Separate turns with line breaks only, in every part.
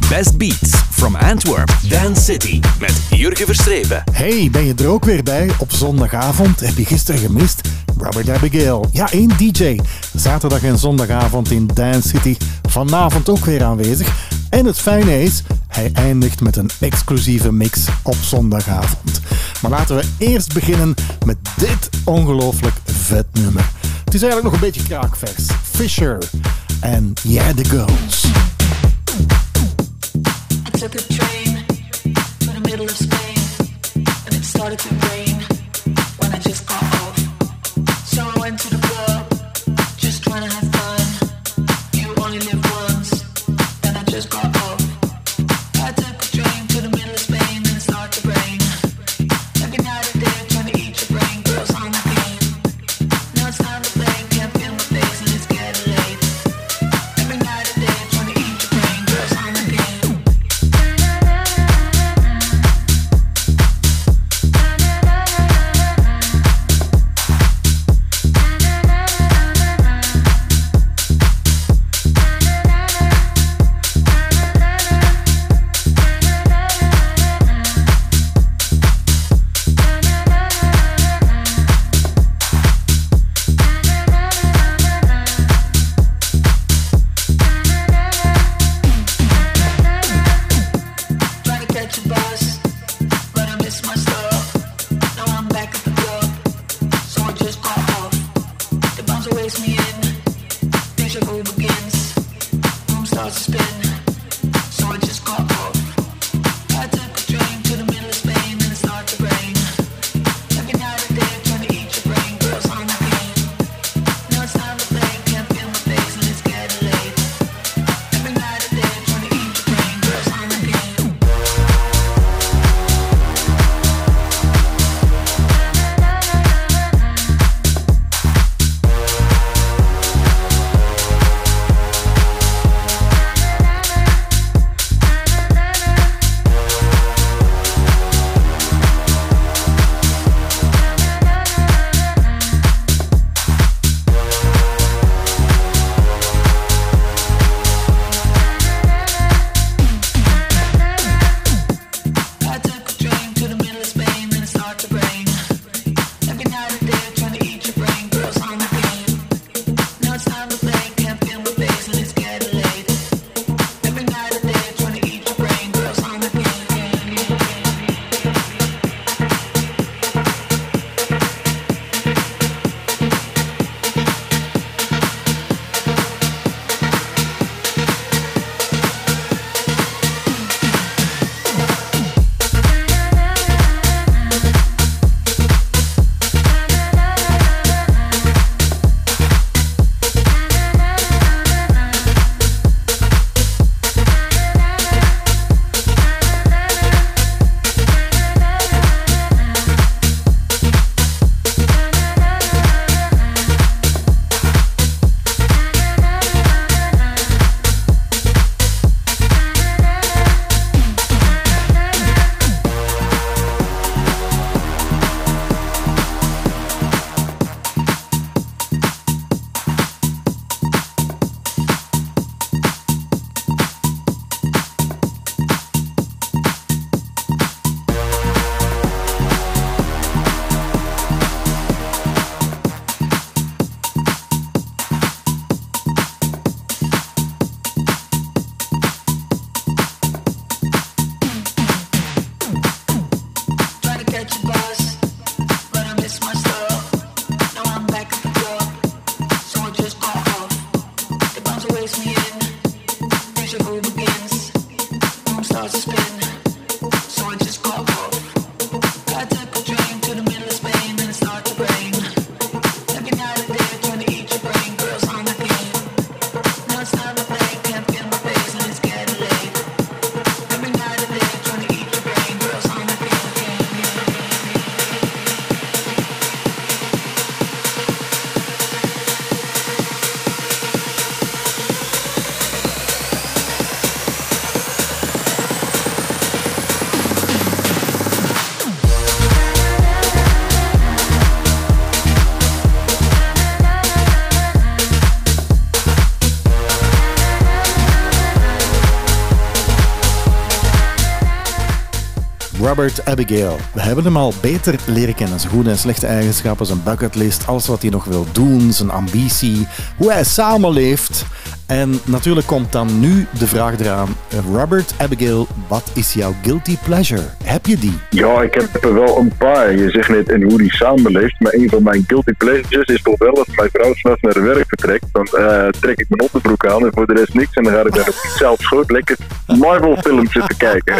Best Beats from Antwerp, Dance City met Jurgen Verstrepen.
Hey, ben je er ook weer bij? Op zondagavond heb je gisteren gemist? Robert Abigail, ja, één DJ. Zaterdag en zondagavond in Dance City. Vanavond ook weer aanwezig. En het fijne is, hij eindigt met een exclusieve mix op zondagavond. Maar laten we eerst beginnen met dit ongelooflijk vet nummer. Het is eigenlijk nog een beetje kraakvers. Fisher en Yeah the Girls.
I took a train to the middle of Spain, and it started to rain when I just got off. So I went to the club, just trying to have fun. You only live once, then I just got off. I took a train to the middle of Spain, and it started to rain. Every night and day, trying to eat your brain, girls on the game. Now it's time to play, can't feel my face, and it's getting late. Every night and day, trying to eat your brain, girls on the game.
Robert Abigail. We hebben hem al beter leren kennen. Zijn goede en slechte eigenschappen, zijn bucketlist, alles wat hij nog wil doen, zijn ambitie, hoe hij samenleeft. En natuurlijk komt dan nu de vraag eraan. Robert Abigail, wat is jouw guilty pleasure? Heb je die?
Ja, ik heb er wel een paar. Je zegt net en hoe die samenleeft. Maar een van mijn guilty pleasures is toch wel als mijn vrouw s'nachts naar de werk vertrekt. Dan trek ik mijn onderbroek aan en voor de rest niks. En dan ga ik daar op zelf schoot lekker Marvel films zitten kijken.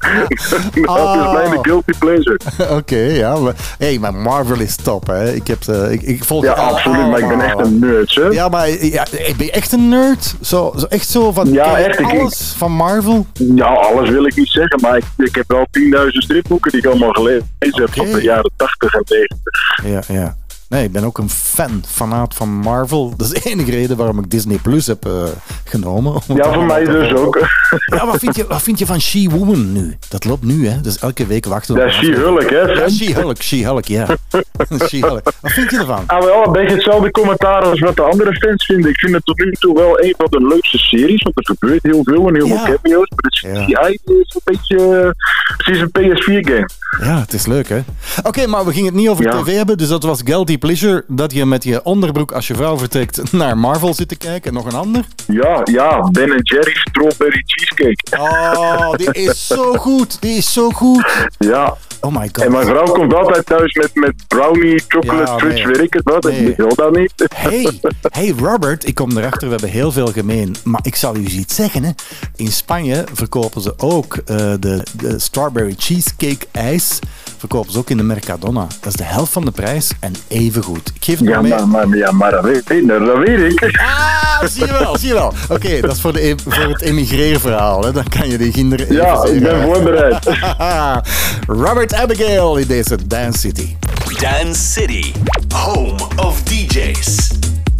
Dat is mijn guilty pleasure.
Oké, ja. Maar Marvel is top, hè. Ik volg
ja, absoluut.
allemaal.
Maar ik ben echt een nerd, hè.
Ja, maar ben je echt een nerd? Zo echt zo van
ja, echt,
alles van Marvel?
Ja, alles wil ik niet zeggen, maar ik heb wel 10.000 stripboeken die ik allemaal gelezen heb van de jaren 80 en 90.
Ja. Nee, ik ben ook een fanaat van Marvel. Dat is de enige reden waarom ik Disney Plus heb genomen.
Ja, voor mij dus ook.
Ja, wat vind je van She-Woman nu? Dat loopt nu, hè? Dus elke week wachten we.
Ja, She-Hulk, hè?
Ja, She-Hulk, ja. She-Hulk. Wat vind je ervan?
Ah, wel een beetje hetzelfde commentaar als wat de andere fans vinden. Ik vind het tot nu toe wel een van de leukste series, want er gebeurt heel veel en heel veel cameo's. Maar de CGI is een beetje... Het is een PS4-game.
Ja, het is leuk, hè? Oké, maar we gingen het niet over tv hebben, dus dat was guilty pleasure dat je met je onderbroek als je vrouw vertrekt naar Marvel zit te kijken. En nog een ander?
Ja, Ben & Jerry's Strawberry Cheesecake.
Oh, die is zo goed.
Ja.
Oh my god.
En mijn vrouw komt altijd thuis met brownie, chocolate, fudge, weet ik het wat.
Nee.
Ik wil dat niet.
Hey Robert, ik kom erachter, we hebben heel veel gemeen. Maar ik zal u iets zeggen, hè. In Spanje verkopen ze ook de strawberry cheesecake ijs. Verkopen ze ook in de Mercadona. Dat is de helft van de prijs en even goed. Ik geef het mee.
Maar dat weet ik.
Ah, zie je wel. Oké, dat is voor het emigreerverhaal. Hè. Dan kan je die kinderen even
Ja, ik ben voorbereid.
Robert Abigail in deze Dance City.
Dance City, home of DJs.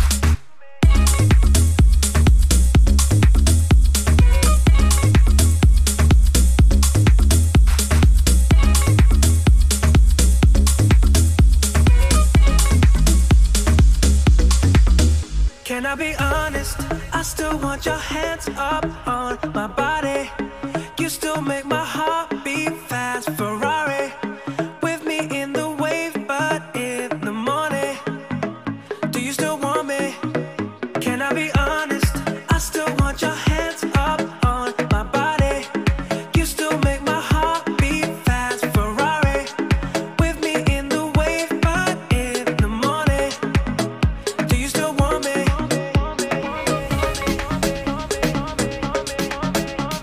Can I be honest? I still want your hands up on my body. You still make my heart beat fast. Ferrari with me in the wave, but in the morning. Do you still want me? Can I be honest? I still want your hands up on my body. You still make my heart beat fast. Ferrari with me in the wave, but in the morning. Do you still want me?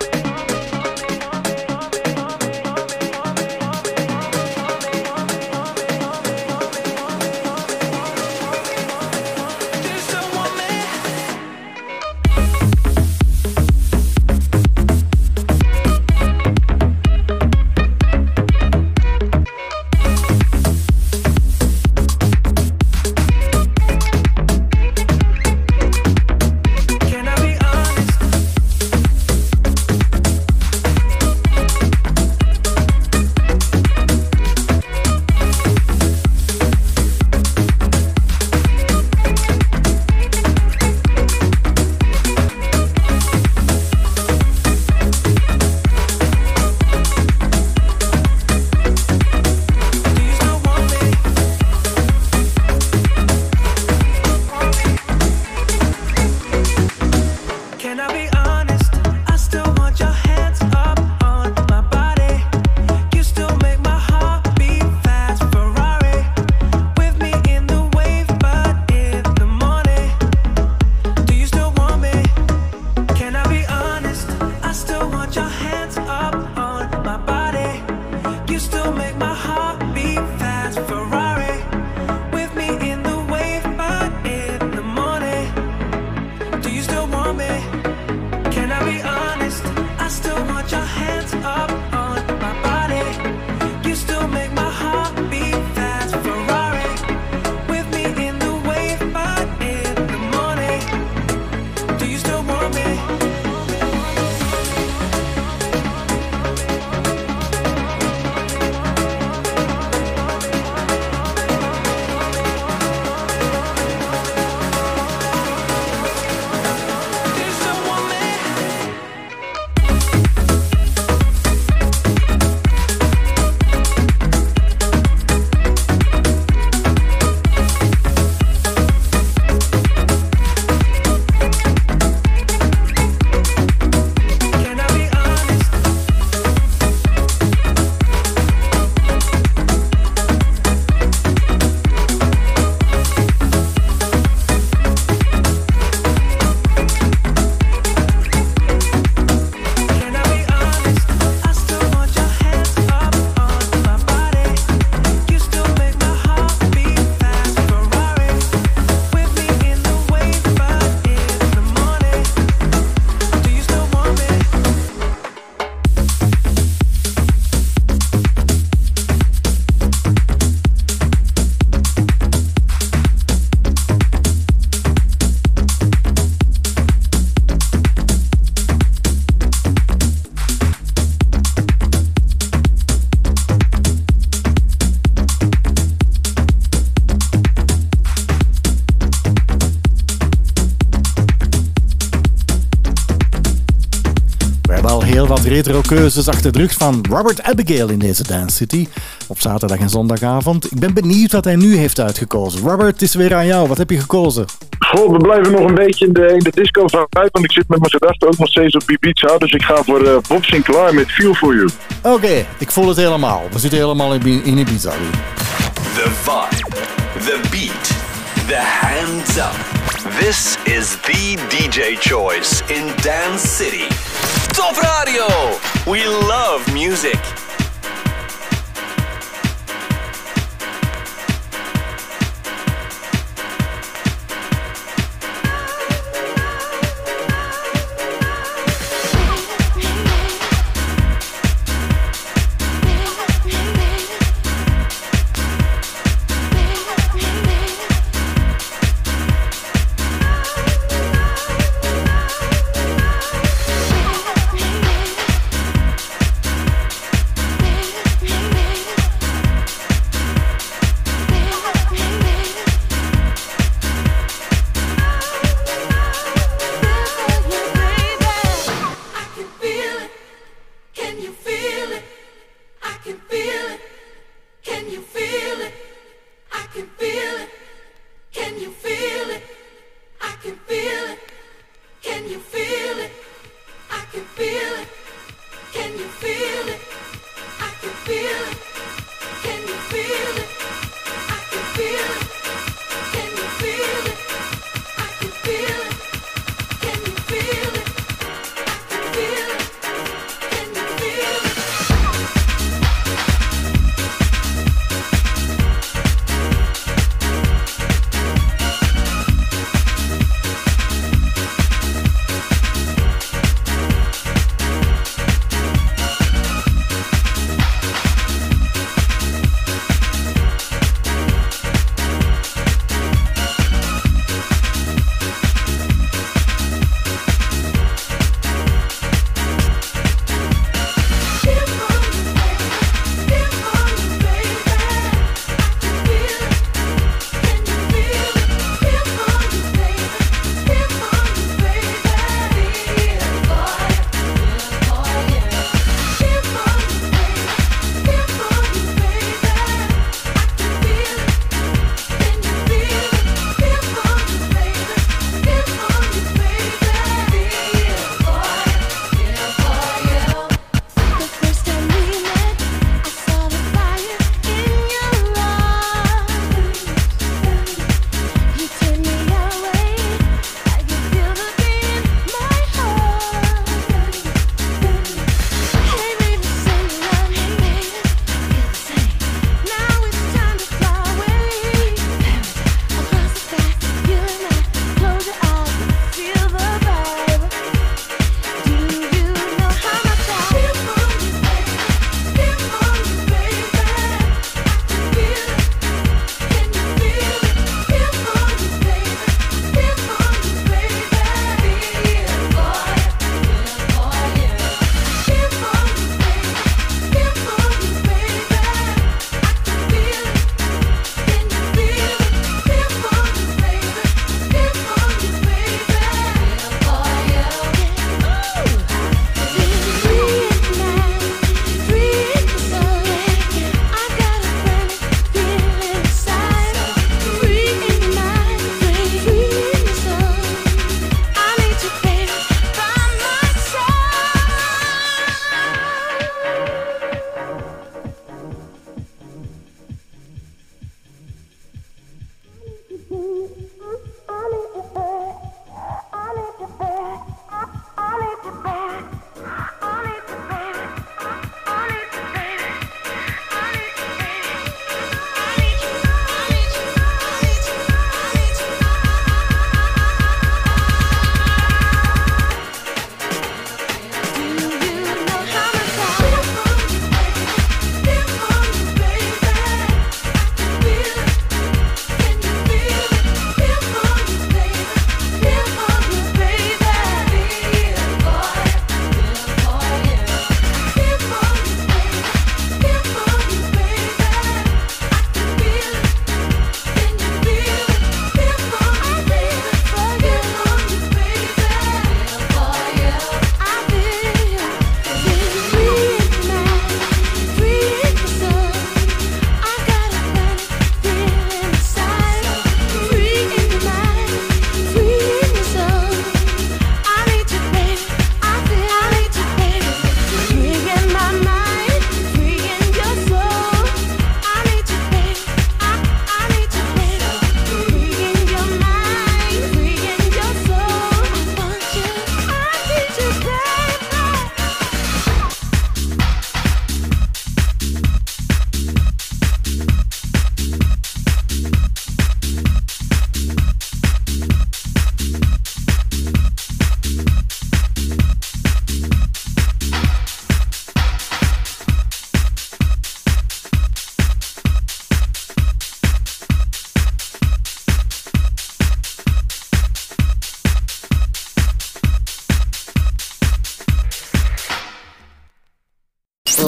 heel wat retro-keuzes achter de rug van Robert Abigail in deze Dance City. Op zaterdag en zondagavond. Ik ben benieuwd wat hij nu heeft uitgekozen. Robert, het is weer aan jou. Wat heb je gekozen?
Goh, we blijven nog een beetje in de disco vibe, want ik zit met mijn gedachten ook nog steeds op Ibiza. Dus ik ga voor Bob Sinclair met Feel For You.
Oké, ik voel het helemaal. We zitten helemaal in Ibiza.
The vibe, the beat, the hands up. This is the DJ choice in Dance City. Top Radio! We love music.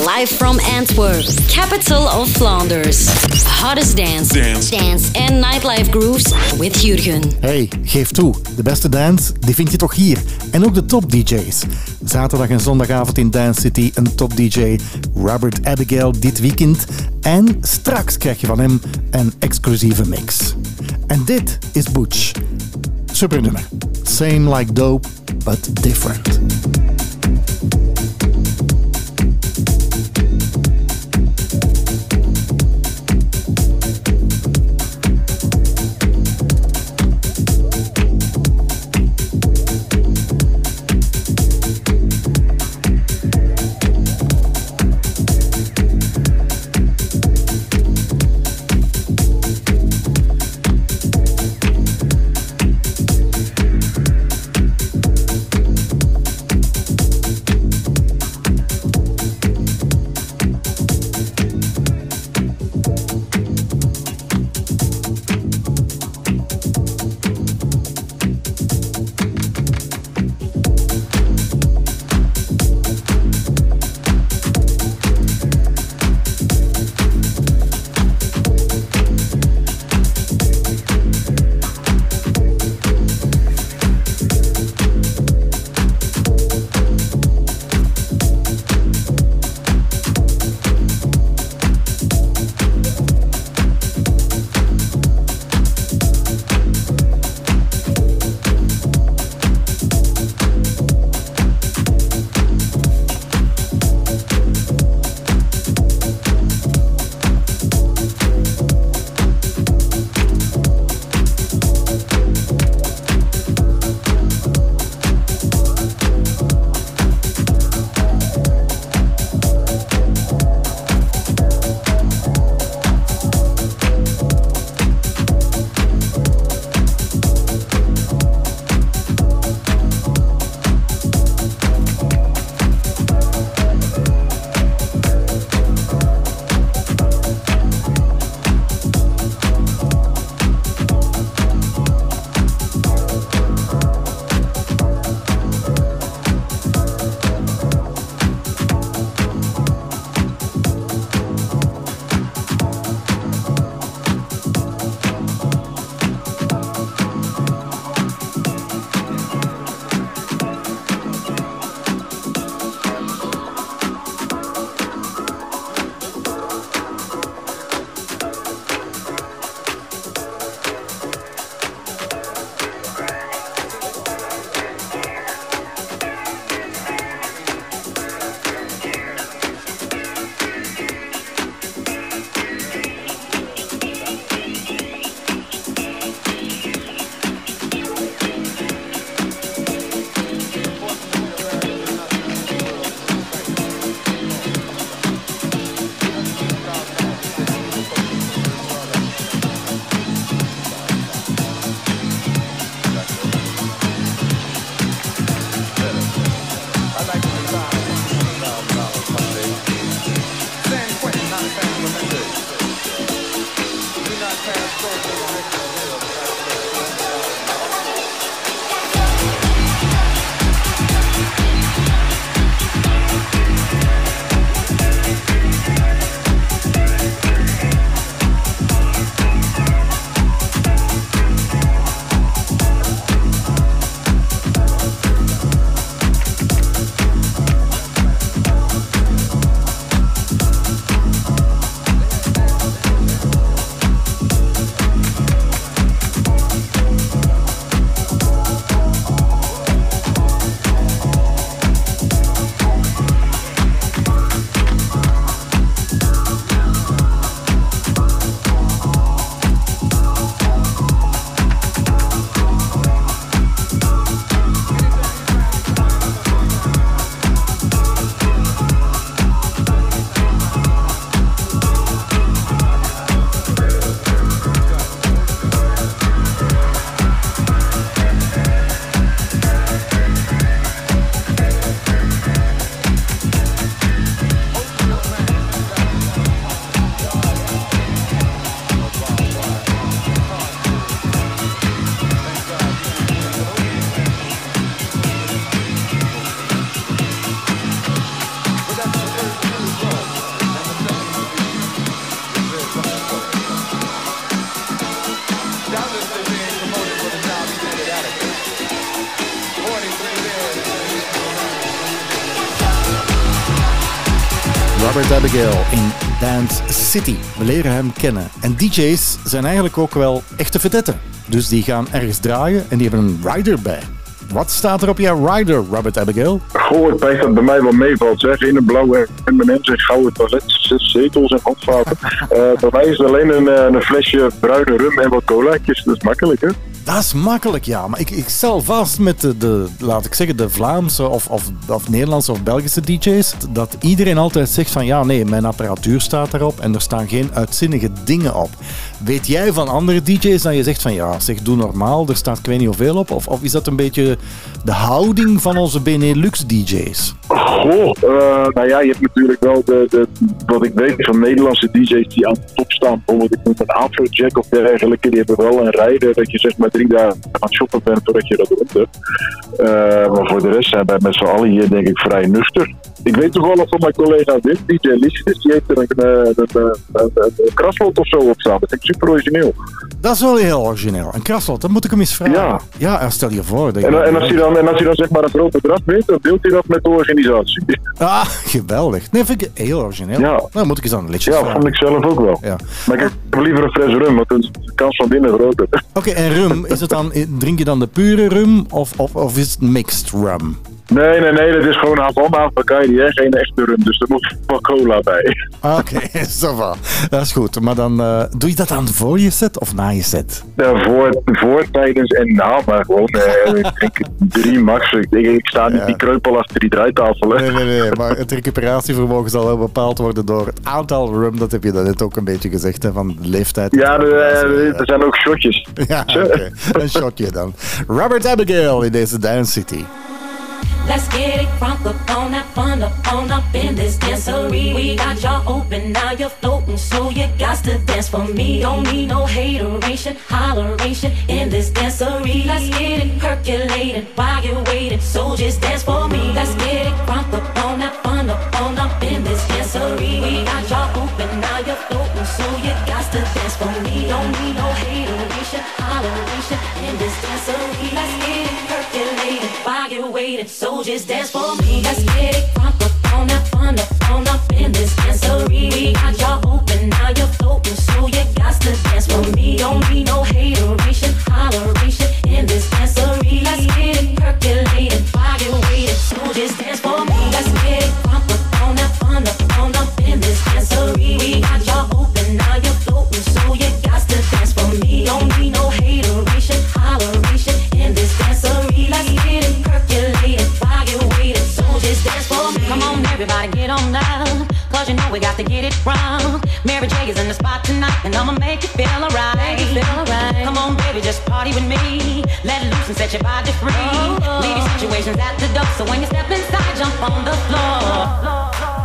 live from Antwerp, capital of Flanders. Hottest dance en nightlife grooves with Jurgen.
Hey, geef toe, de beste dance die vind je toch hier. En ook de top DJ's. Zaterdag en zondagavond in Dance City een top DJ, Robert Abigail dit weekend. En straks krijg je van hem een exclusieve mix. En dit is Butch. Super nummer. Same like dope, but different. Robert Abigail in Dance City. We leren hem kennen. En DJ's zijn eigenlijk ook wel echte vedetten. Dus die gaan ergens draaien en die hebben een rider bij. Wat staat er op jouw rider, Robert Abigail?
Goh, het pijst dat bij mij wel meevalt, zeg. In een blauwe M&M's en gouden toilet, 6 zetels en handvaten. Bij mij is het alleen een flesje bruine rum en wat colaatjes. Dat is makkelijk, hè?
Dat is makkelijk, ja. Maar ik stel vast met laat ik zeggen, de Vlaamse of Nederlandse of Belgische DJ's, dat iedereen altijd zegt van ja, nee, mijn apparatuur staat erop en er staan geen uitzinnige dingen op. Weet jij van andere DJ's dat je zegt van ja, zeg, doe normaal, er staat ik weet niet hoeveel op? Of is dat een beetje de houding van onze Benelux DJ's?
Goh, nou ja, je hebt natuurlijk wel wat ik weet van Nederlandse DJ's die aan de top staan. Bijvoorbeeld, ik noem een Afrojack of dergelijke. Die hebben wel een rijder dat je zeg maar 3 dagen aan het shoppen bent voordat je dat rond hebt. Maar voor de rest zijn wij met z'n allen hier denk ik vrij nuchter. Ik weet toch wel van mijn collega Wim, DJ Liesjes, die heeft er een kraslot of zo op staan. Dat vind ik super origineel.
Dat is wel heel origineel. Een kraslot, dat moet ik hem eens vragen. Ja, stel je voor.
En als hij dan zeg maar een groot bedrag wint, dan deelt hij dat met de organisatie.
Ah, geweldig. Nee, vind ik heel origineel.
Ja.
Nou, moet ik eens aan een liedje vragen.
Ja, vond ik zelf ook wel. Ja. Maar ik heb liever een fles rum, want de kans van winnen groter.
Oké, en rum, is het dan, drink je dan de pure rum of is het mixed rum?
Nee, dat is gewoon Havana Bacardi, hè? Geen echte rum, dus er moet wel cola bij.
Oké, ça va. Dat is goed. Maar dan doe je dat dan voor je set of na je set?
Voor, tijdens en na, maar gewoon ik drink 3 max. Ik sta niet die kreupel achter die draaitafel. Hè?
Nee, maar het recuperatievermogen zal wel bepaald worden door het aantal rum, dat heb je net ook een beetje gezegd, hè, van de leeftijd.
Ja, er zijn ook shotjes.
Ja, okay. Een shotje dan. Robert Abigail in deze Dance City.
Let's get it crunk up on that fun up in this dancery. We got y'all open, now you're floating, so you got to dance for me. Don't need no hateration, holleration in this dancery. Let's get it percolating while you're waiting, so just dance for me. Let's get it crunk up on that fun up in this dancery. We got y'all open, now you're floating, so you got to dance for me. Don't need no hateration, holleration in this dancery. Let's get it percolating while you're waiting, so just dance for me. Let's get it crunk up on that fun up in this dancery. We got y'all open, now you're floating, so you got to dance for me. Don't need no hateration, holleration in this dancery. Let's get it percolating while you're waiting, so just dance for me. Let's get it crunk up on that fun up in this dancery. We got y'all open, now you're floating, so you got to dance for me. Don't need no hateration, holleration in this dancery. Let's get it percolating while you're waiting, so just dance for me. Come on, everybody, get on down, cause you know we got to get it wrong. Mary J is in the spot tonight, and I'ma make you feel alright. Come on, baby, just party with me. Let loose and set your body free. Leave your situations at the door, so when you step inside, jump on the floor.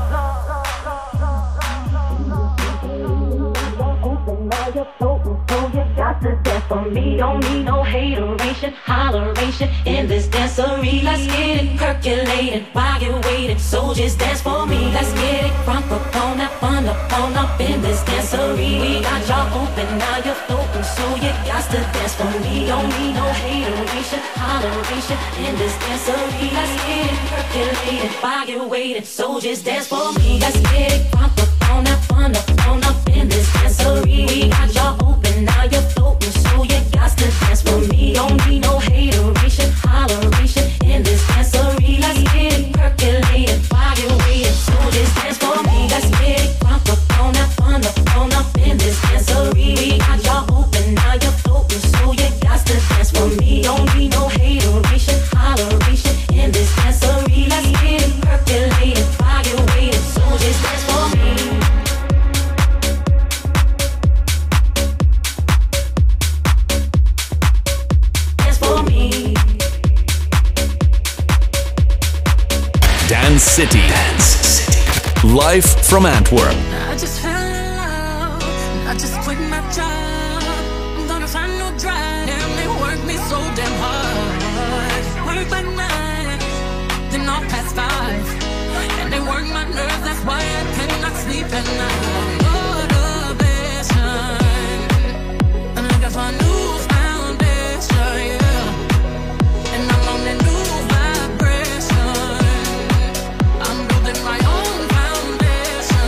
Dance for me, don't need no hateration, holleration in this dancery. Let's get it percolating while you're waiting, so just dance for me. Let's get it crunk up on that fun up in this dancery. We got y'all open, now you're floating, so you got to dance for me. Don't need no hateration, holleration in this dancery. Let's get it percolating while you're waiting, so just dance for me. Let's get it crunk up on that fun up in this dancery. We got y'all open, now you're floating, so you got to dance for me. Don't need no hateration, holleration in this dancery. Let's get it percolating while you're waiting, so just dance for me. Let's get it crunk up on that fun up in this dancery. We got y'all open, now you're floating, so you got to dance for me. Don't need no hateration, holleration in this dancery. Let's get it percolating while you're waiting, so just dance for me.
Dance City. Live from Antwerp.
I just fell in love. I just quit my job. I'm gonna find no drive. Damn, they work me so damn hard. Work by 9, then I'll pass 5. And they work my nerves, that's why I cannot sleep at night. Motivation. And I got my new foundation, yeah. And I'm on that new vibration. I'm building my own foundation.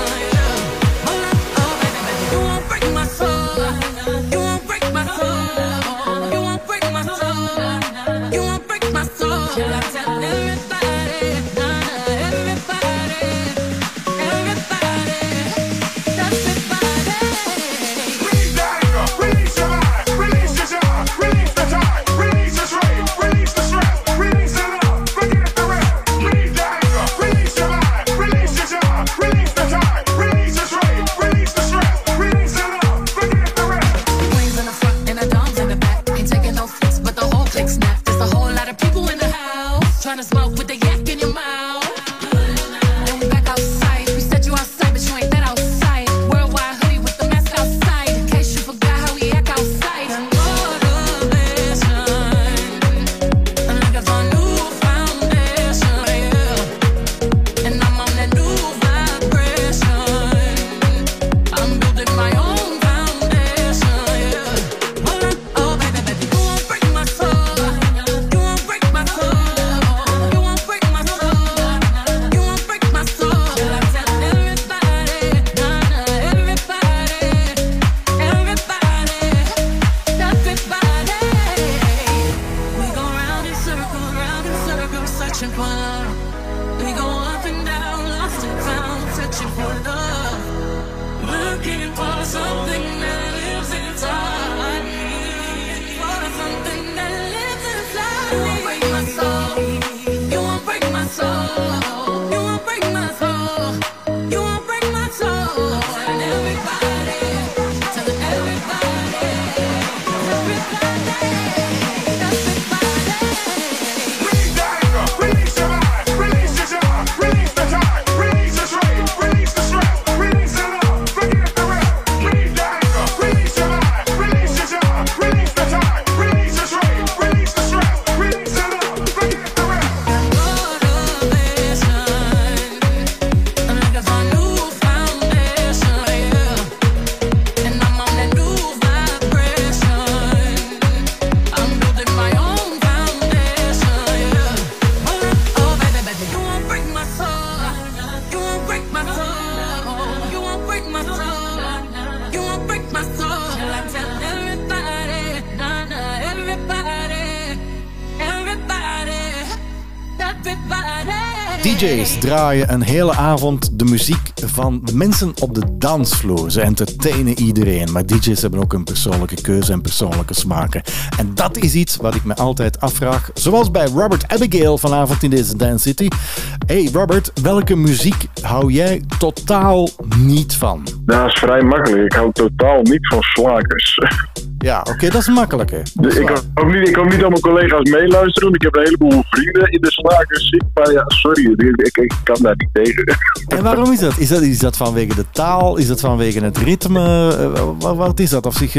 DJ's draaien een hele avond de muziek van de mensen op de dansvloer. Ze entertainen iedereen, maar DJ's hebben ook een persoonlijke keuze en persoonlijke smaken. En dat is iets wat ik me altijd afvraag, zoals bij Robert Abigail vanavond in deze Dance City. Hey Robert, welke muziek hou jij totaal niet van?
Dat is vrij makkelijk. Ik hou totaal niet van slagers.
Ja, oké, dat is makkelijk, hè?
Ik hoop niet dat mijn collega's meeluisteren, want ik heb een heleboel vrienden in de slagers. Maar ja, sorry, ik kan daar niet tegen.
En waarom is dat? Is dat vanwege de taal? Is dat vanwege het ritme? Wat is dat? Of zie je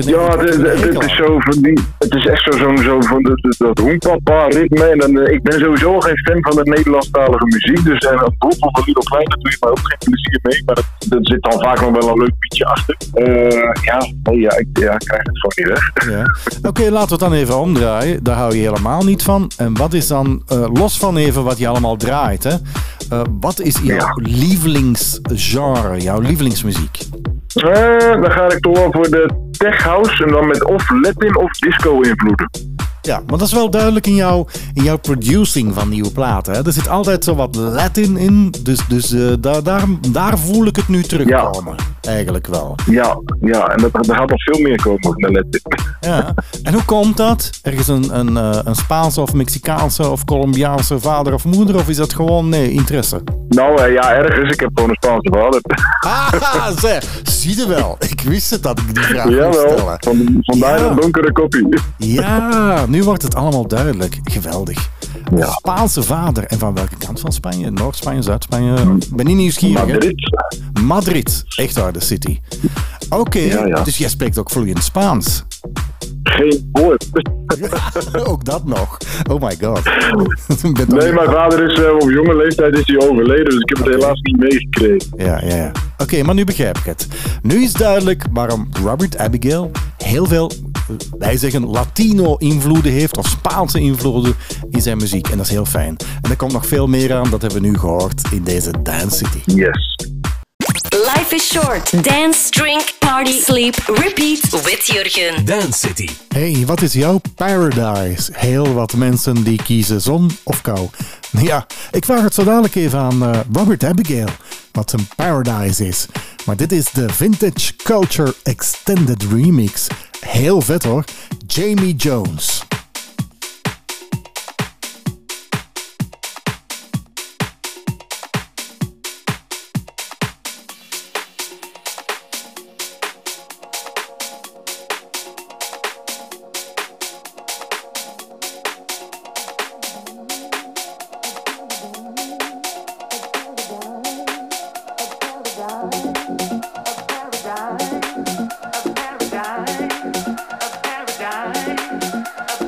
het is echt zo van dat hoenpapa-ritme. En ik ben sowieso geen fan van de Nederlandstalige muziek. Dus een boek van Ludo Klein, daar doe je maar ook geen plezier mee. Maar er zit dan vaak nog wel een leuk beatje achter. Ik krijg het gewoon niet weg.
Ja. Oké, laten we het dan even omdraaien. Daar hou je helemaal niet van. En wat is dan, los van even wat je allemaal draait, hè? Wat is jouw lievelingsgenre, jouw lievelingsmuziek?
Dan ga ik toch wel voor de tech house en dan met of Latin of disco invloeden.
Ja, maar dat is wel duidelijk in jouw producing van nieuwe platen. Hè? Er zit altijd zo wat Latin in, dus daar voel ik het nu terugkomen. Ja. Eigenlijk wel.
Ja, en er gaat nog veel meer komen van de Latin.
Ja, en hoe komt dat? Ergens een Spaanse of Mexicaanse of Colombiaanse vader of moeder? Of is dat gewoon, interesse?
Nou, ergens. Ik heb gewoon een Spaanse vader.
Zie je wel. Ik wist het dat ik die vraag moest stellen.
Vandaar een donkere kopie.
Ja, nu wordt het allemaal duidelijk. Geweldig. Ja. Spaanse vader. En van welke kant van Spanje? Noord-Spanje, Zuid-Spanje? Ben niet nieuwsgierig. Madrid. Echt waar, de city. Oké, dus jij spreekt ook vloeiend Spaans.
Geen woord.
Ook dat nog. Oh my god.
Nee, mijn vader is op jonge leeftijd is hij overleden, dus ik heb het helaas niet meegekregen.
Ja. Oké, maar nu begrijp ik het. Nu is duidelijk waarom Robert Abigail heel veel, wij zeggen, Latino-invloeden heeft, of Spaanse invloeden in zijn muziek. En dat is heel fijn. En er komt nog veel meer aan, dat hebben we nu gehoord in deze Dance City.
Yes.
Life is short. Dance, drink, party, sleep, repeat with Jurgen.
Dance City.
Hey, wat is jouw paradise? Heel wat mensen die kiezen zon of kou. Ja, ik vraag het zo dadelijk even aan Robert Abigail wat zijn paradise is. Maar dit is de Vintage Culture Extended Remix. Heel vet hoor. Jamie Jones.
A paradise.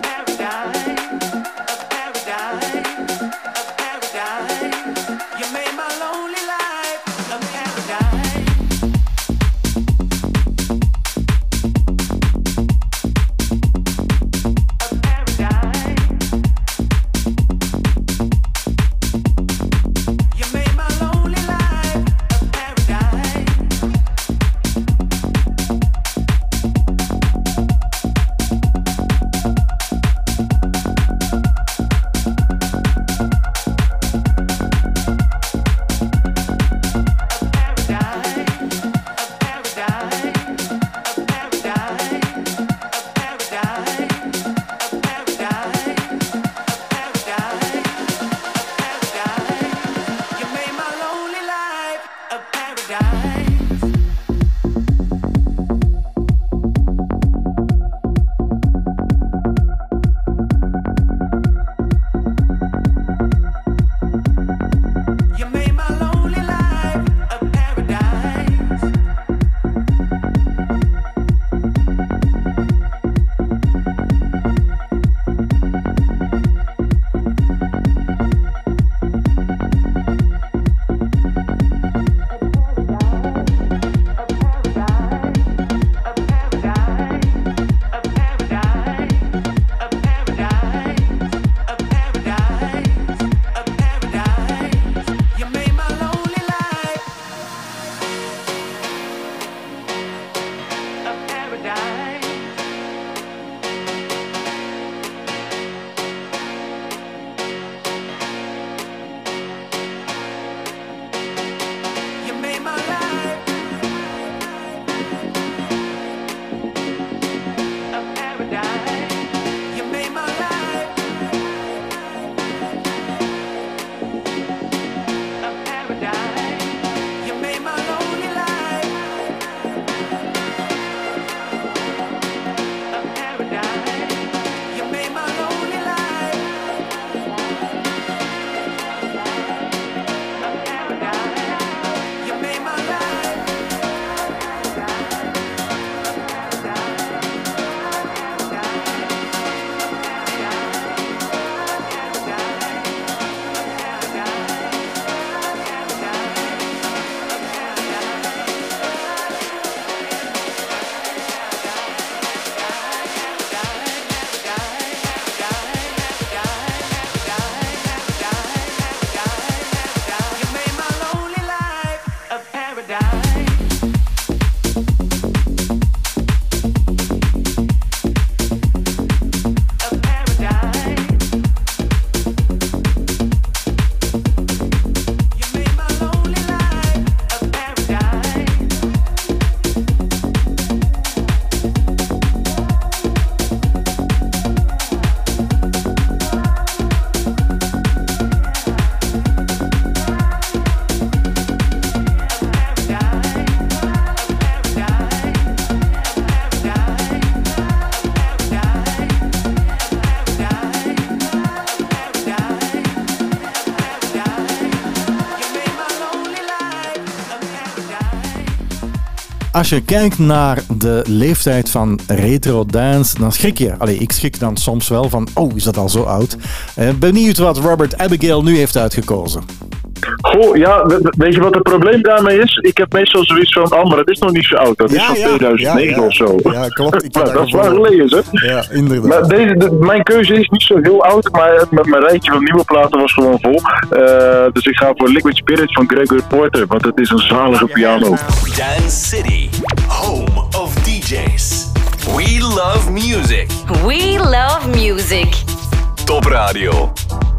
Als je kijkt naar de leeftijd van retro dance, dan schrik je. Allee, ik schrik dan soms wel van, oh, is dat al zo oud? Benieuwd wat Robert Abigail nu heeft uitgekozen.
Goh, ja, weet je wat het probleem daarmee is? Ik heb meestal zoiets van, maar dat is nog niet zo oud. Dat is van 2009 of zo.
Ja, klopt.
Maar dat is lang geleden, hè?
Ja, inderdaad.
Maar mijn keuze is niet zo heel oud, maar mijn rijtje van nieuwe platen was gewoon vol. Dus ik ga voor Liquid Spirit van Gregory Porter, want het is een zalige piano.
Dance City, home of DJs. We love music.
We love music.
Top Radio.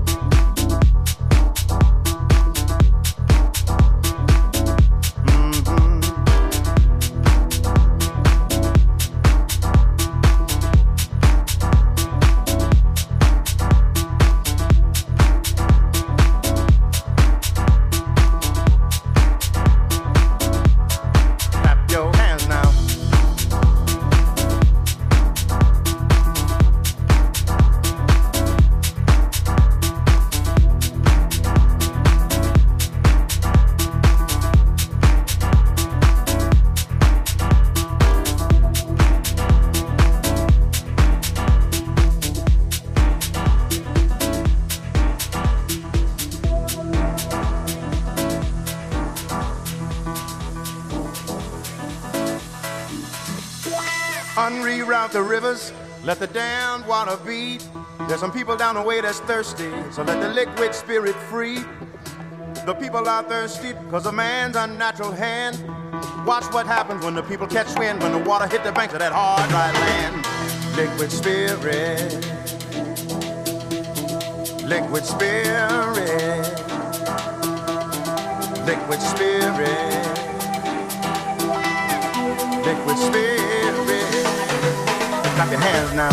Unreroute the rivers, let the damned water beat. There's some people down the way that's thirsty, so let the liquid spirit free. The people are thirsty because of man's unnatural hand. Watch what happens when the people catch wind, when the water hit the banks of that hard, dry land. Liquid spirit, liquid spirit, liquid spirit, liquid spirit. Clap your hands now.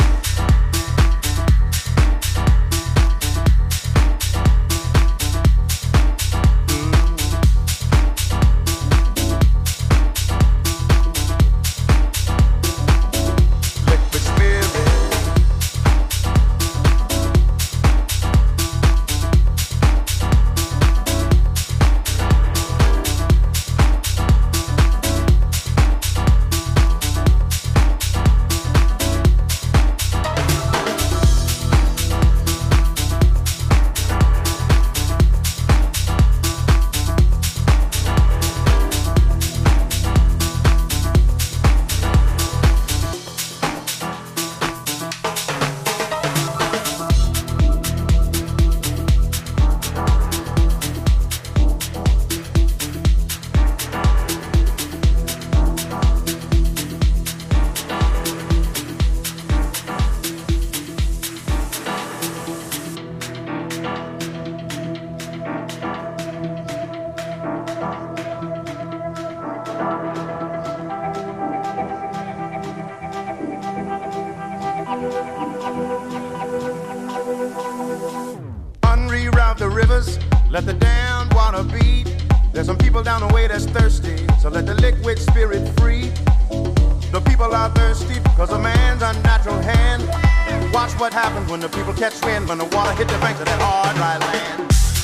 Unreroute the rivers, let the damned water beat. There's some people down the way that's thirsty, so let the liquid spirit free. The people are thirsty because of man's unnatural hand. Watch what happens when the people catch wind, when the water hit the banks of that hard, dry land.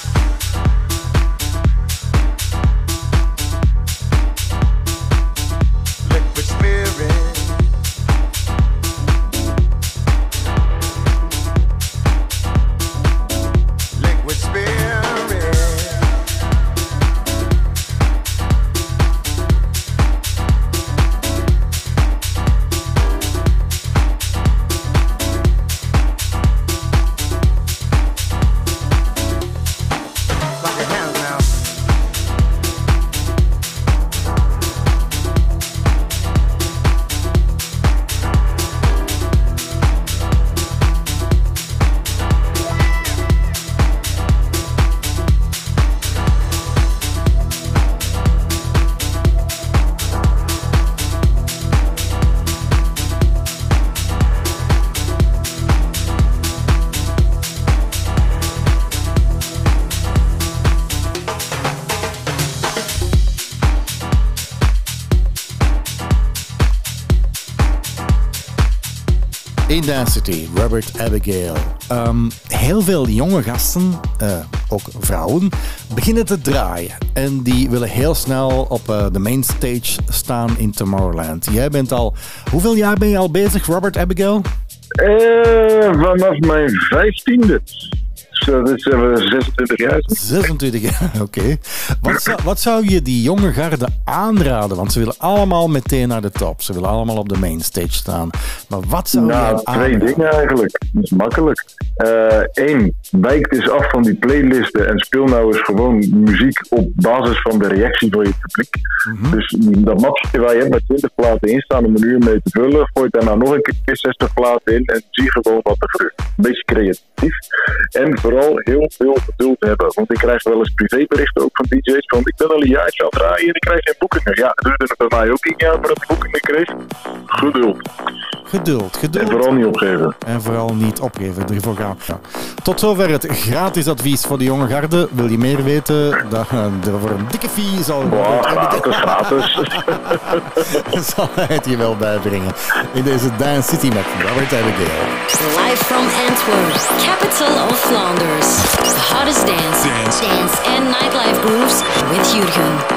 Liquid spirit, liquid spirit, clap your hands now.
In Dance City, Robert Abigail. Heel veel jonge gasten, ook vrouwen, beginnen te draaien. En die willen heel snel op de mainstage staan in Tomorrowland. Jij bent al... Hoeveel jaar ben je al bezig, Robert Abigail?
Vanaf mijn 15e. Dus 26 jaar.
26 jaar, oké. Wat zou je die jonge garde aanraden? Want ze willen allemaal meteen naar de top. Ze willen allemaal op de mainstage staan. Maar wat zou je aanraden?
Twee dingen eigenlijk. Dat is makkelijk. Eén, wijk eens af van die playlisten en speel nou eens gewoon muziek op basis van de reactie van je publiek. Mm-hmm. Dus dat mapje waar je hebt met 20 platen in staan om een uur mee te vullen, gooi daar nou nog een keer 60 platen in en zie gewoon wat er gebeurt. Een beetje creatief. En vooral heel veel geduld hebben. Want ik krijg wel eens privéberichten ook van DJ's van ik ben al een jaartje aan het draaien en ik krijg geen boekingen. Ja, het duurde bij mij ook 1 jaar voordat ik boekingen kreeg. Geduld.
En
vooral niet opgeven.
En vooral niet opgeven, ervoor gaan. Ja. Tot zover het gratis advies voor de jonge garde. Wil je meer weten? Voor een dikke fee zal
gratis.
zal hij het je wel bijbrengen. In deze Dance City met Robert Abigail.
Live from Antwerp, capital of Flanders. The hottest dance and nightlife grooves with Jurgen.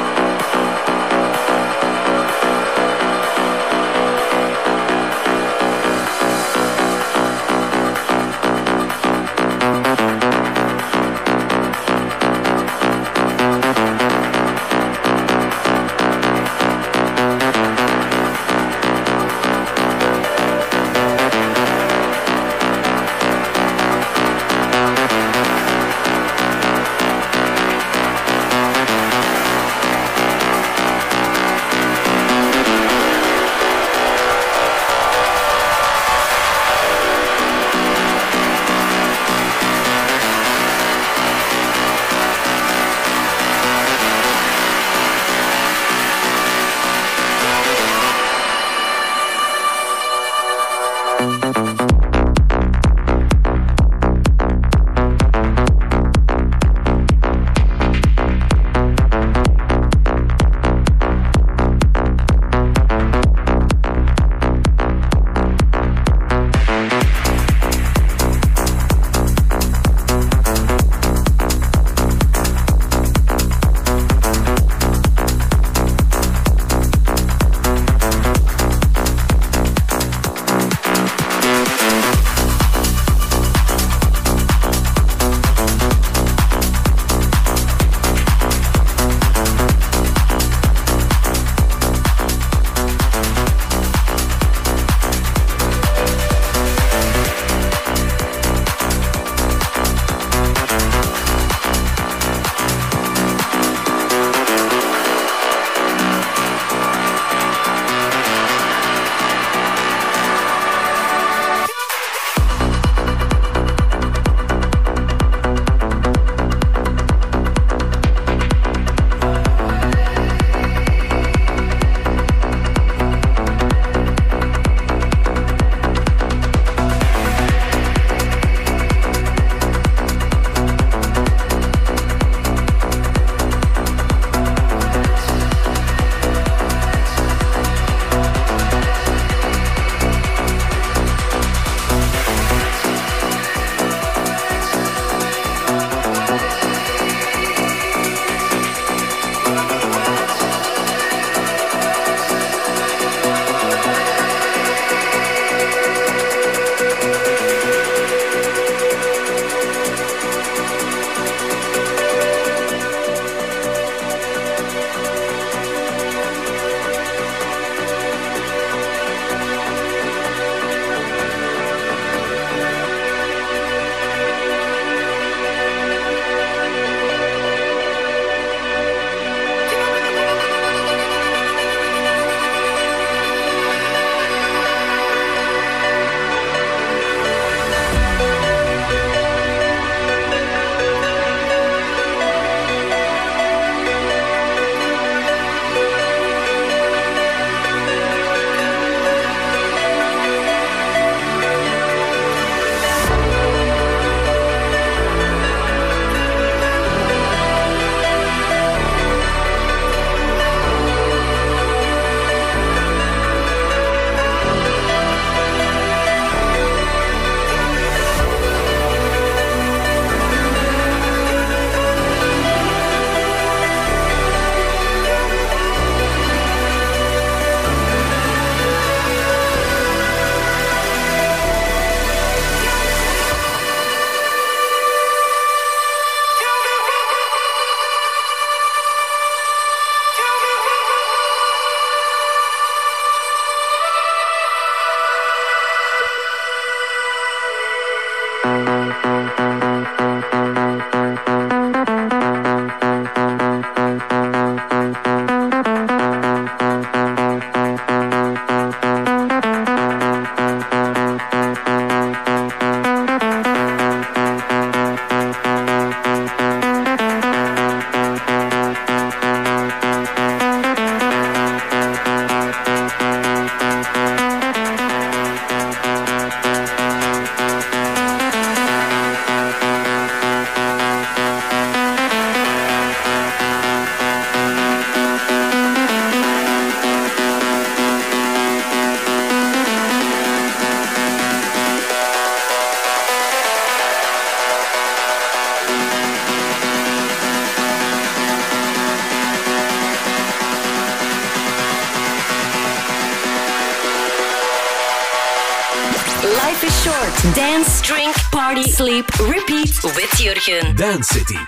Life is short. Dance, drink, party, sleep, repeat with Jurgen.
Dance City.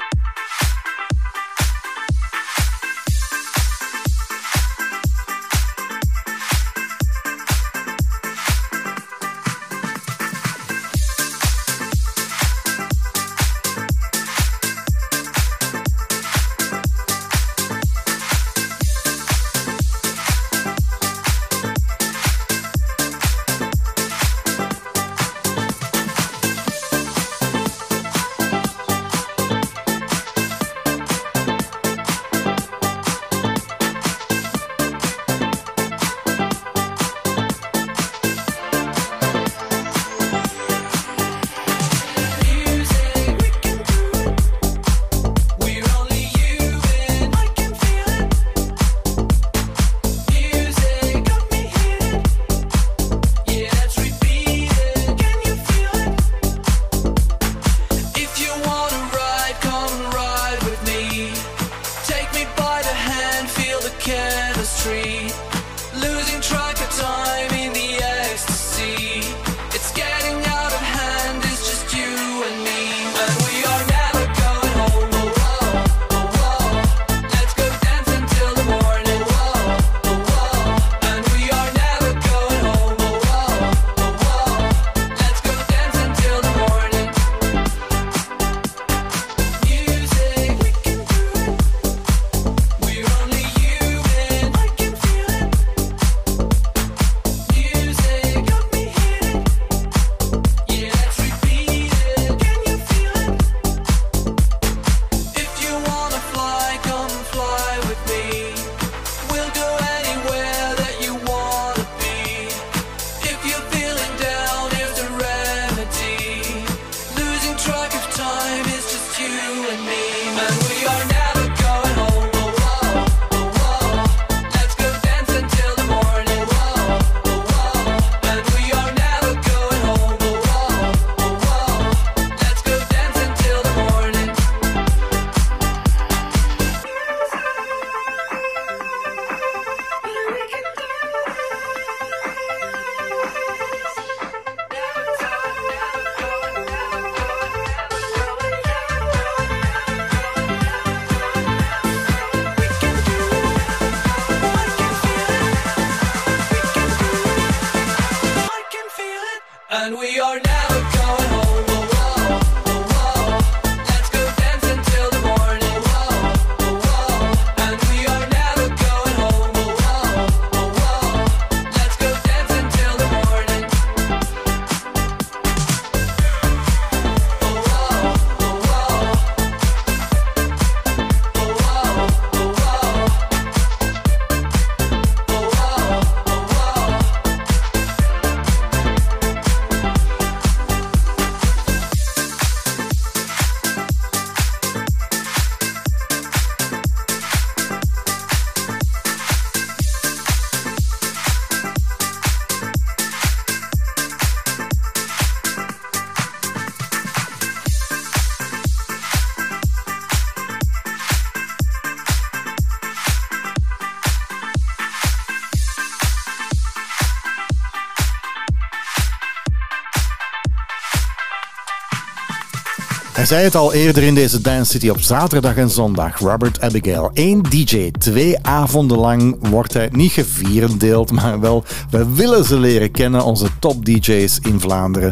Hij zei het al eerder in deze Dance City op zaterdag en zondag. Robert Abigail. 1 DJ, 2 avonden lang wordt hij niet gevierendeeld, maar wel, we willen ze leren kennen, onze top DJ's in Vlaanderen.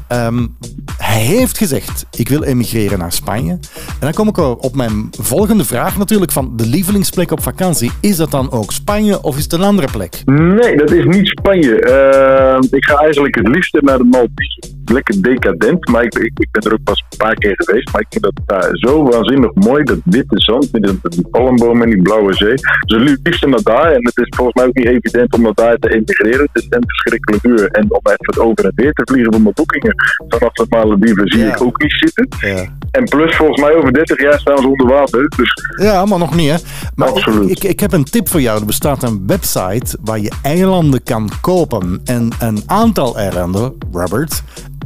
Hij heeft gezegd, ik wil emigreren naar Spanje. En dan kom ik op mijn volgende vraag natuurlijk van de lievelingsplek op vakantie. Is dat dan ook Spanje of is het een andere plek?
Nee, dat is niet Spanje. Ik ga eigenlijk het liefste naar de Maldiven. Lekker decadent, maar ik ben er ook pas een paar keer geweest. Maar ik vind dat daar zo waanzinnig mooi, dat witte zand met die palmbomen en die blauwe zee. Dus het liefste naar daar. En het is volgens mij ook niet evident om naar daar te emigreren. Het is een verschrikkelijk duur. En om even over en weer te vliegen voor mijn boekingen vanaf de Malediven zie ik ook niet zitten. Ja. En plus, volgens mij over 30 jaar staan ze onder water. Dus...
Ja, maar nog niet, hè? Maar
absoluut.
Ik heb een tip voor jou. Er bestaat een website waar je eilanden kan kopen. En een aantal eilanden, Robert,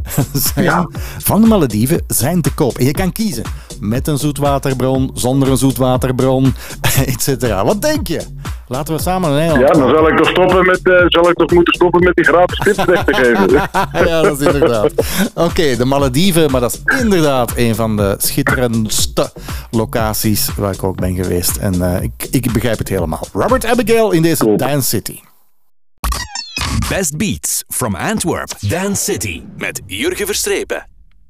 van de Malediven zijn te koop. En je kan kiezen met een zoetwaterbron, zonder een zoetwaterbron, et cetera. Wat denk je? Laten we samen een eiland.
Ja, dan zal ik toch moeten stoppen met die gratis tips weg te geven.
Ja, dat is inderdaad. Oké, de Malediven, maar dat is inderdaad een van de schitterendste locaties waar ik ook ben geweest. En ik begrijp het helemaal. Robert Abigail in deze Dance City.
Best Beats from Antwerp, Dance City met Jurgen Verstrepen.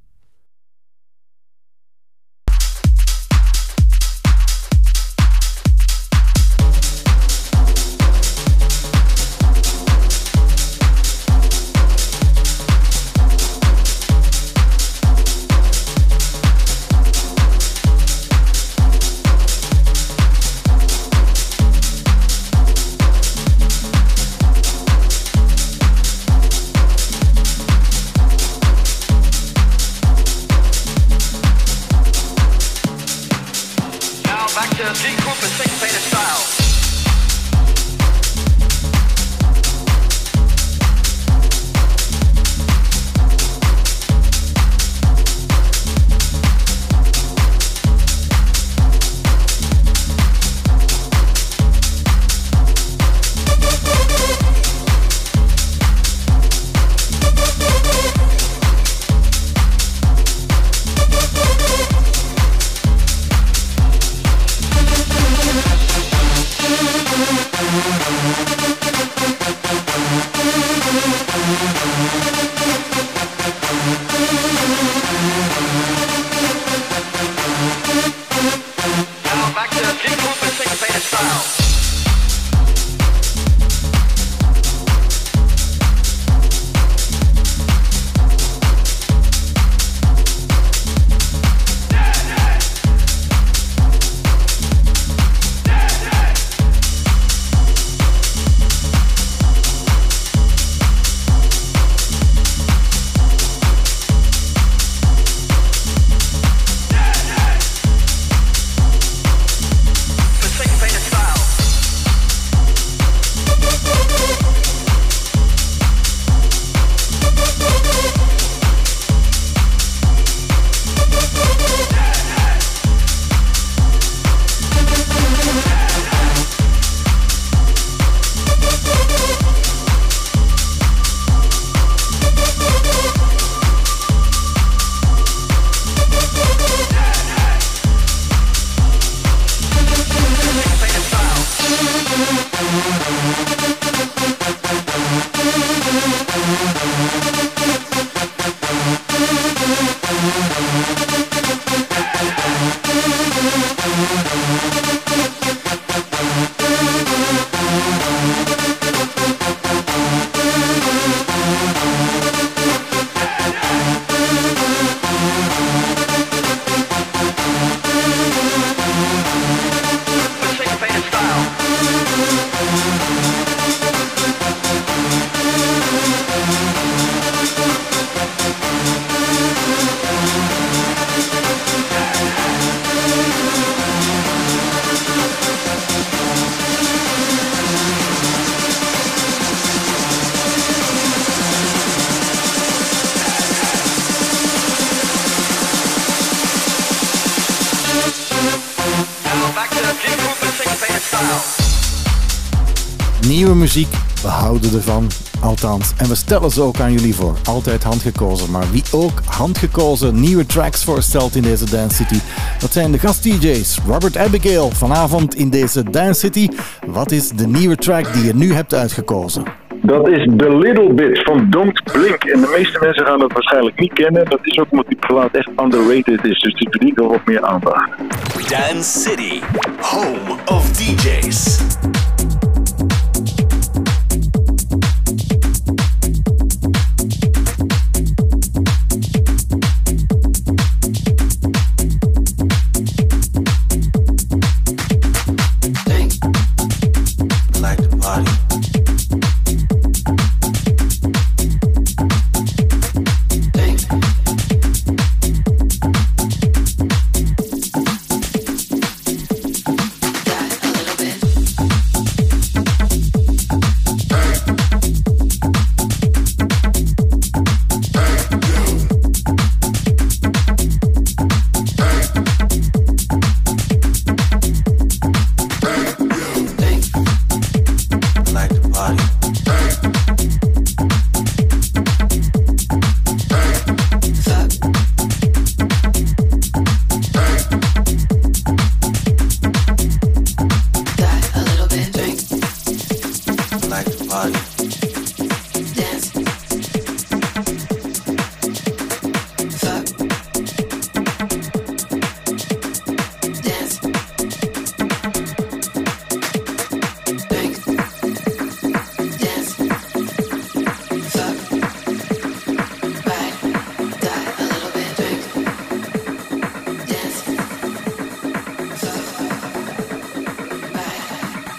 Nieuwe muziek, we houden ervan, althans. En we stellen ze ook aan jullie voor. Altijd handgekozen, maar wie ook handgekozen nieuwe tracks voorstelt in deze Dance City, dat zijn de gast-DJ's Robert Abigail vanavond in deze Dance City. Wat is de nieuwe track die je nu hebt uitgekozen?
Dat is The Little Bit van Don't Blink. En de meeste mensen gaan dat waarschijnlijk niet kennen. Dat is ook omdat die plaat echt underrated is. Dus die verdient wel wat meer aandacht.
Dance City, home of DJs.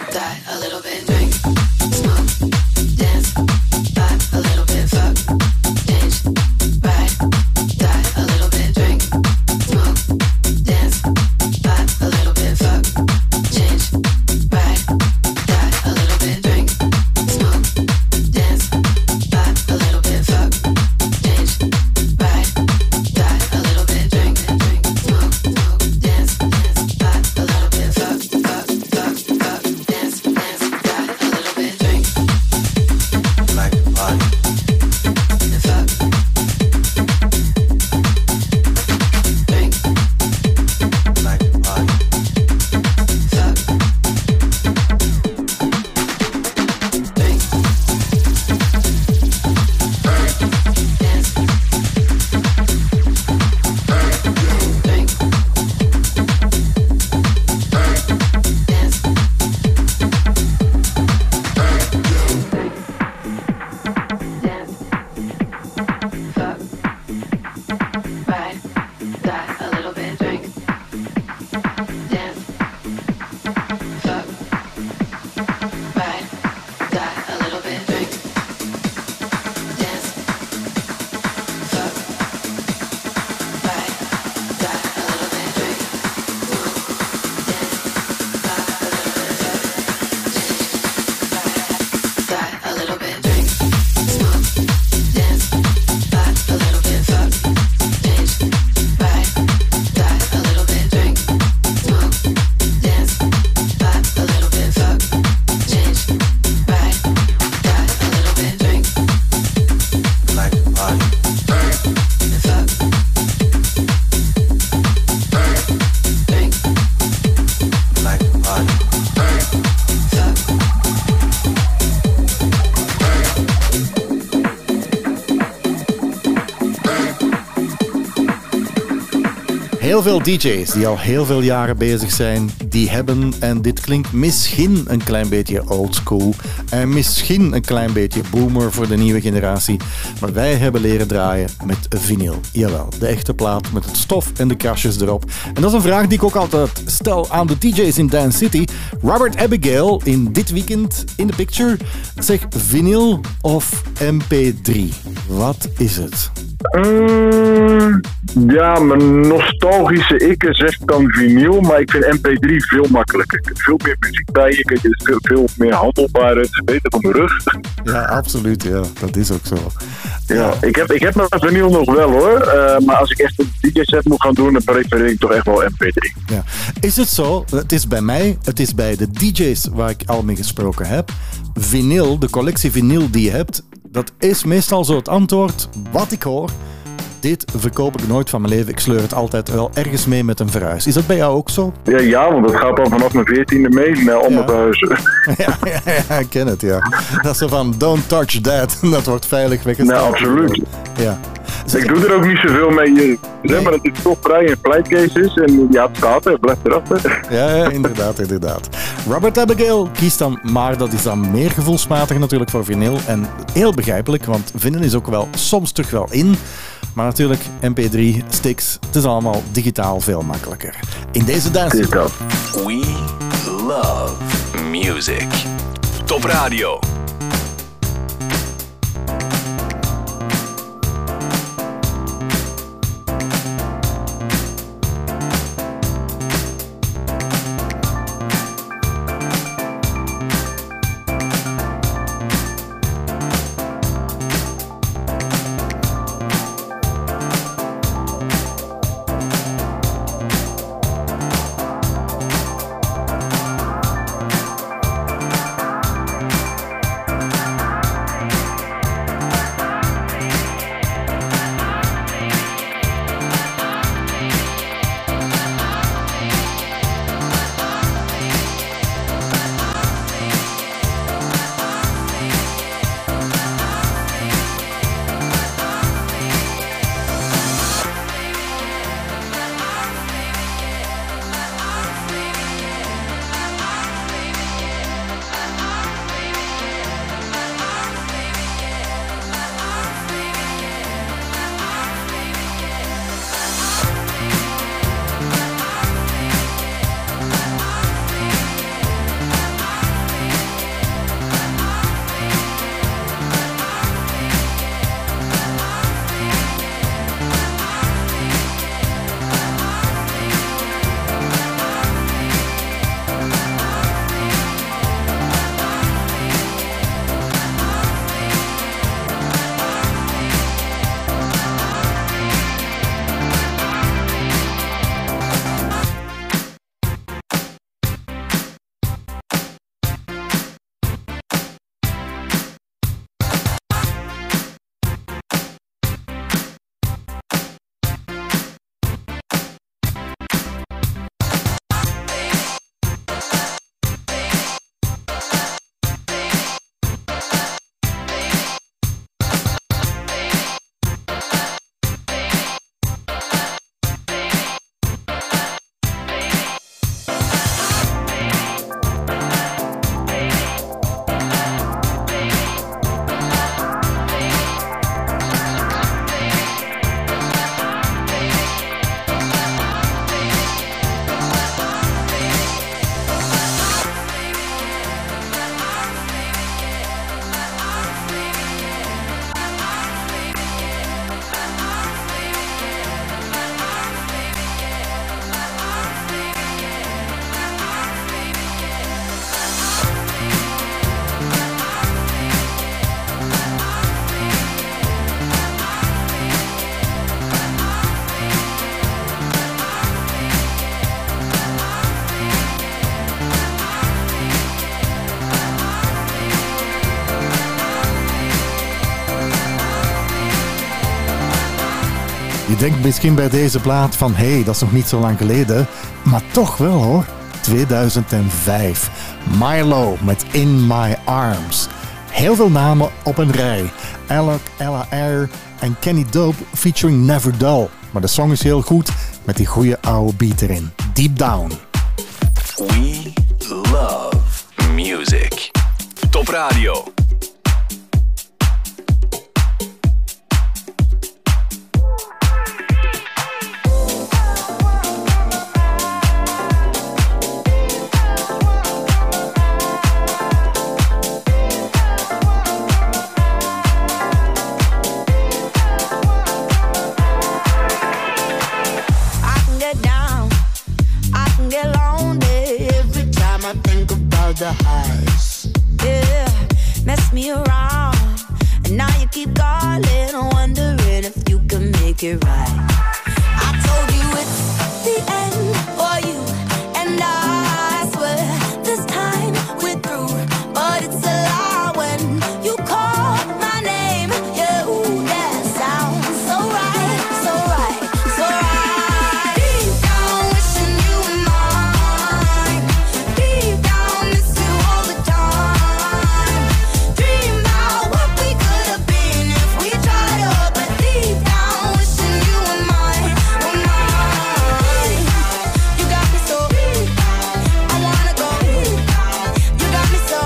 Heel veel DJ's die al heel veel jaren bezig zijn, die hebben, en dit klinkt misschien een klein beetje oldschool en misschien een klein beetje boomer voor de nieuwe generatie, maar wij hebben leren draaien met vinyl. Jawel, de echte plaat met het stof en de krasjes erop. En dat is een vraag die ik ook altijd stel aan de DJ's in Dance City. Robert Abigail in dit weekend in the picture. Zeg, vinyl of MP3? Wat is het?
Ja, mijn nostalgische ik zegt dan vinyl, maar ik vind MP3 veel makkelijker. Ik heb veel meer muziek bij je, het is veel meer handelbaar, het is beter op mijn rug.
Ja, absoluut, ja, dat is ook zo.
Ja, ik heb mijn vinyl nog wel hoor, maar als ik echt een DJ-set moet gaan doen, dan prefereer ik toch echt wel MP3.
Ja. Is het zo, het is bij mij, het is bij de DJ's waar ik al mee gesproken heb, vinyl, de collectie vinyl die je hebt, dat is meestal zo het antwoord wat ik hoor. Dit verkoop ik nooit van mijn leven. Ik sleur het altijd wel ergens mee met een verhuis. Is dat bij jou ook zo?
Ja, want dat gaat dan vanaf mijn 14e mee naar om het huizen.
Ja, ik ken het, ja. Dat is zo van, don't touch that. Dat wordt veilig weggesteld.
Nee, absoluut.
Ja.
Ik doe er ook niet zoveel mee. Zeg maar dat dit toch vrij een flightcase is. En ja, het staat er, blijft erachter.
Ja, inderdaad. Robert Abigail kiest dan, maar dat is dan meer gevoelsmatig natuurlijk voor vinyl. En heel begrijpelijk, want vinyl is ook wel soms terug wel in. Maar natuurlijk, MP3, sticks, het is allemaal digitaal veel makkelijker. In deze dance.
We love music. Top Radio.
Je denkt misschien bij deze plaat van hé, dat is nog niet zo lang geleden. Maar toch wel hoor. 2005. Milo met In My Arms. Heel veel namen op een rij. Alok, Ella Eyre en Kenny Dope featuring Never Dull. Maar de song is heel goed met die goede oude beat erin. Deep Down.
We love music. Top Radio.
The highs, yeah, mess me around, and now you keep calling, wondering if you can make it right. I told you it's the end for you, and I swear this time we're through, but it's a lie when you call my name. Yeah, ooh, that sounds so right, so right, so right. Deep down, wishing you were mine. Deep down, miss you all the time. Dream about what we could have been if we tried up, but deep down, wishing you were mine, were mine. You got me so, I wanna go. You got me so,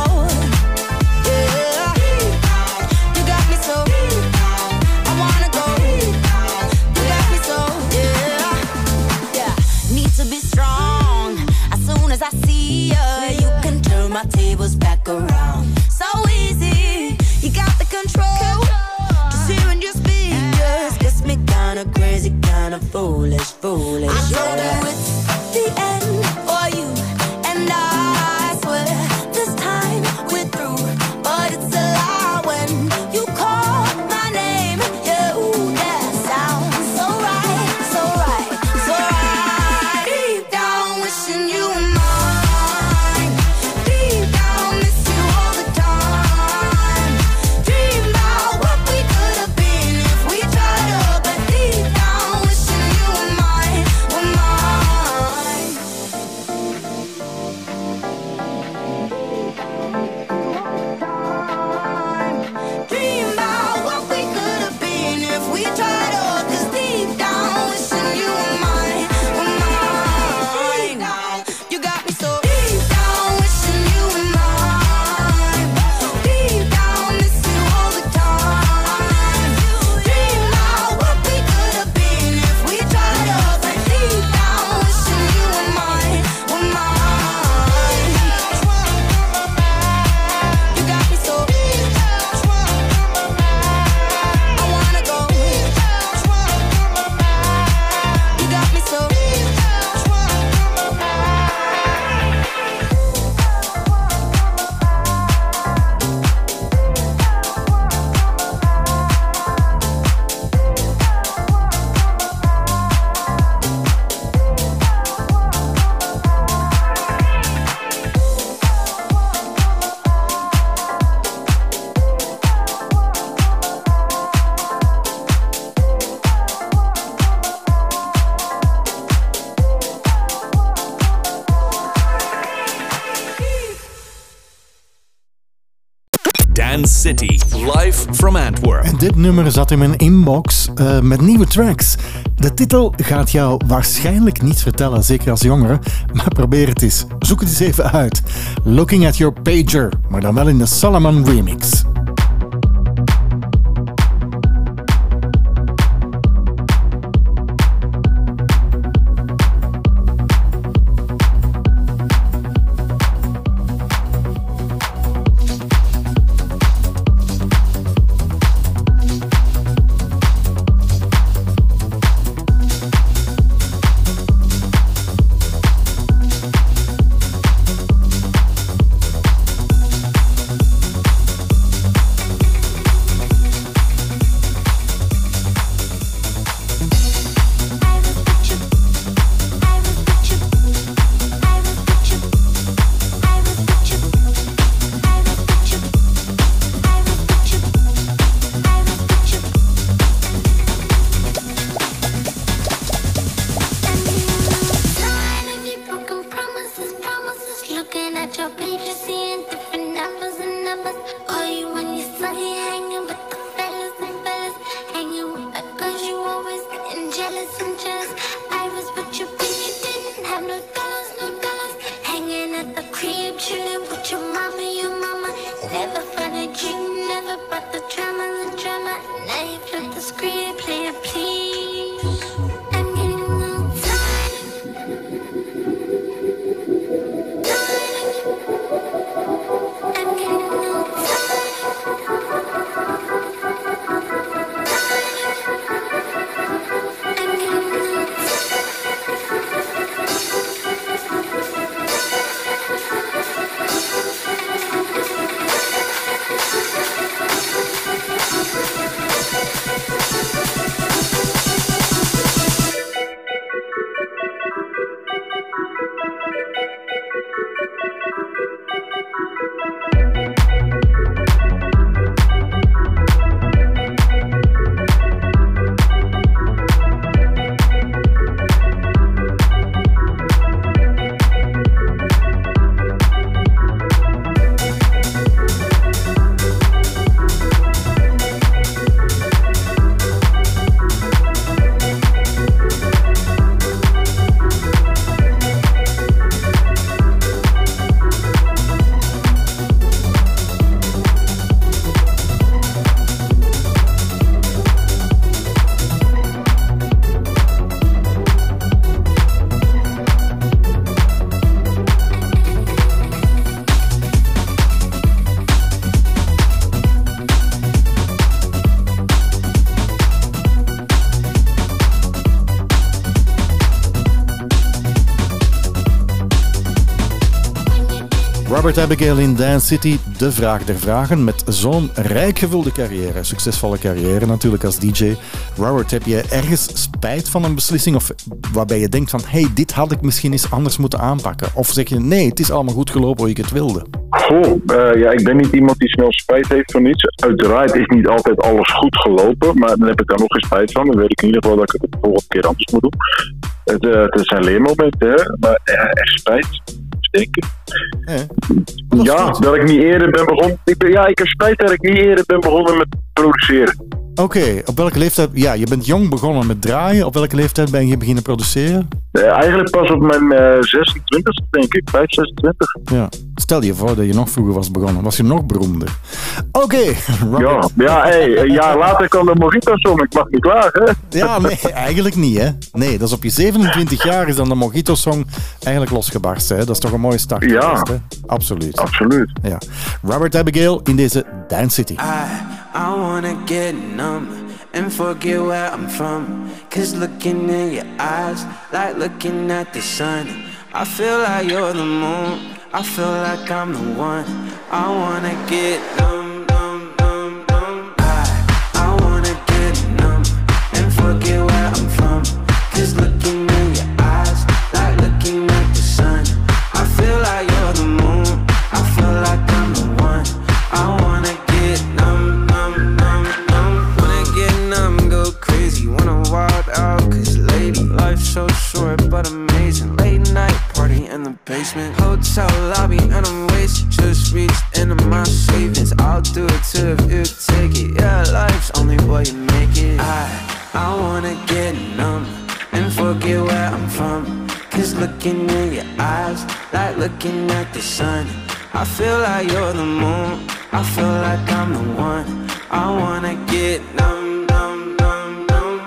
yeah. You got me so, I wanna go. You got me so, yeah. Yeah, need to be strong. As soon as I see you, you can turn my tables back around. So easy, you got the control. Just hearing your speech just gets me kinda crazy, kinda foolish, foolish. I told you it's the end for you, and I swear this time we're through, but it's a lie when you call my name. Yeah, ooh, that sounds so right, so right, so right. Deep down, wishing you were mine. Deep down, miss you all the time. Dream about what we could have been if we tried up, but deep down, wishing you were mine, were mine. Dream about what we could have been if we tried up, 'cause deep down, wishing you were mine, were mine. You got me so deep down, wishing you were mine. Deep down, miss you all the time. Dream about what we could have been if we tried up, but deep down, wishing you were mine, were mine. You got me so, I wanna go. You got me so,
Dance City, live from Antwerp.
En dit nummer zat in mijn inbox met nieuwe tracks. De titel gaat jou waarschijnlijk niets vertellen, zeker als jongere, maar probeer het eens. Zoek het eens even uit. Looking at Your Pager, maar dan wel in de Solomon remix. Robert Abigail in Dance City, de vraag der vragen, met zo'n rijk gevulde carrière, succesvolle carrière natuurlijk als DJ. Robert, heb je ergens spijt van een beslissing of waarbij je denkt van hey, dit had ik misschien eens anders moeten aanpakken? Of zeg je nee, het is allemaal goed gelopen hoe ik het wilde?
Ik ben niet iemand die snel spijt heeft van iets. Uiteraard is niet altijd alles goed gelopen, maar dan heb ik daar nog geen spijt van. Dan weet ik in ieder geval dat ik het de volgende keer anders moet doen. Het zijn leermomenten, hè? Maar echt spijt, denk ik. Dat ik niet eerder ben begonnen. Ik heb spijt dat ik niet eerder ben begonnen met produceren.
Oké, op welke leeftijd? Ja, je bent jong begonnen met draaien. Op welke leeftijd ben je beginnen produceren?
Eigenlijk pas op mijn 26, denk ik. 5, 26.
Ja. Stel je voor dat je nog vroeger was begonnen. Was je nog beroemder. Oké.
Een jaar later kwam de Mojito-song. Ik mag niet klagen, hè?
Ja, nee, eigenlijk niet, hè? Nee, dat is op je 27 jaar is dan de Mojito-song eigenlijk losgebarsten, hè? Dat is toch een mooie start geweest, hè? Absoluut.
Absoluut.
Ja. Robert Abigail in deze Dance City.
I wanna get numb and forget where I'm from. 'Cause looking in your eyes, like looking at the sun. I feel like you're the moon, I feel like I'm the one. I wanna get numb, numb, numb, numb. I wanna get numb and forget where I'm from. 'Cause looking in your eyes, like looking at the sun. I feel like you're the moon, I feel like I'm the one. I wanna get numb, numb, numb, numb. Wanna get numb, go crazy, wanna wild out. 'Cause lady, life's so short but amazing. Late night party in the basement, hotel lobby and I'm wasted. Just reached into my savings, I'll do it too if you take it. Yeah, life's only what you make it. I wanna get numb and forget where I'm from. 'Cause looking in your eyes, like looking at the sun. I feel like you're the moon, I feel like I'm the one. I wanna get numb, numb, numb, numb.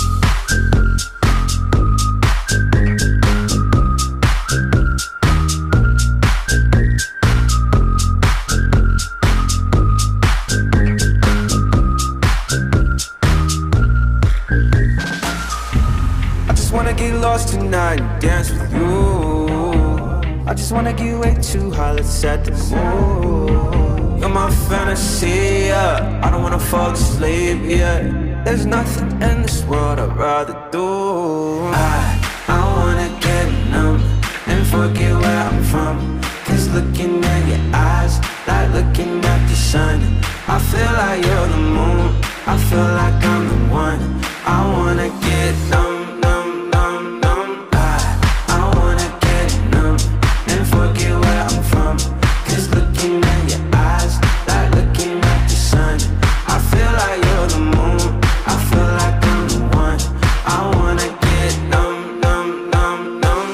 I just wanna get lost tonight and dance with you. I just wanna get way too high, let's set the mood. You're my fantasy, yeah. I don't wanna fall asleep, yeah. There's nothing in this world I'd rather do. I wanna get numb and forget where I'm from. 'Cause looking at your eyes, like looking at the sun. I feel like you're the moon, I feel like I'm the one. I wanna get numb, numb, numb, numb. I wanna get numb and forget where I'm from. 'Cause looking at your eyes, like looking at the sun. I feel like you're the moon, I feel like I'm the one. I wanna get numb, numb, numb, numb.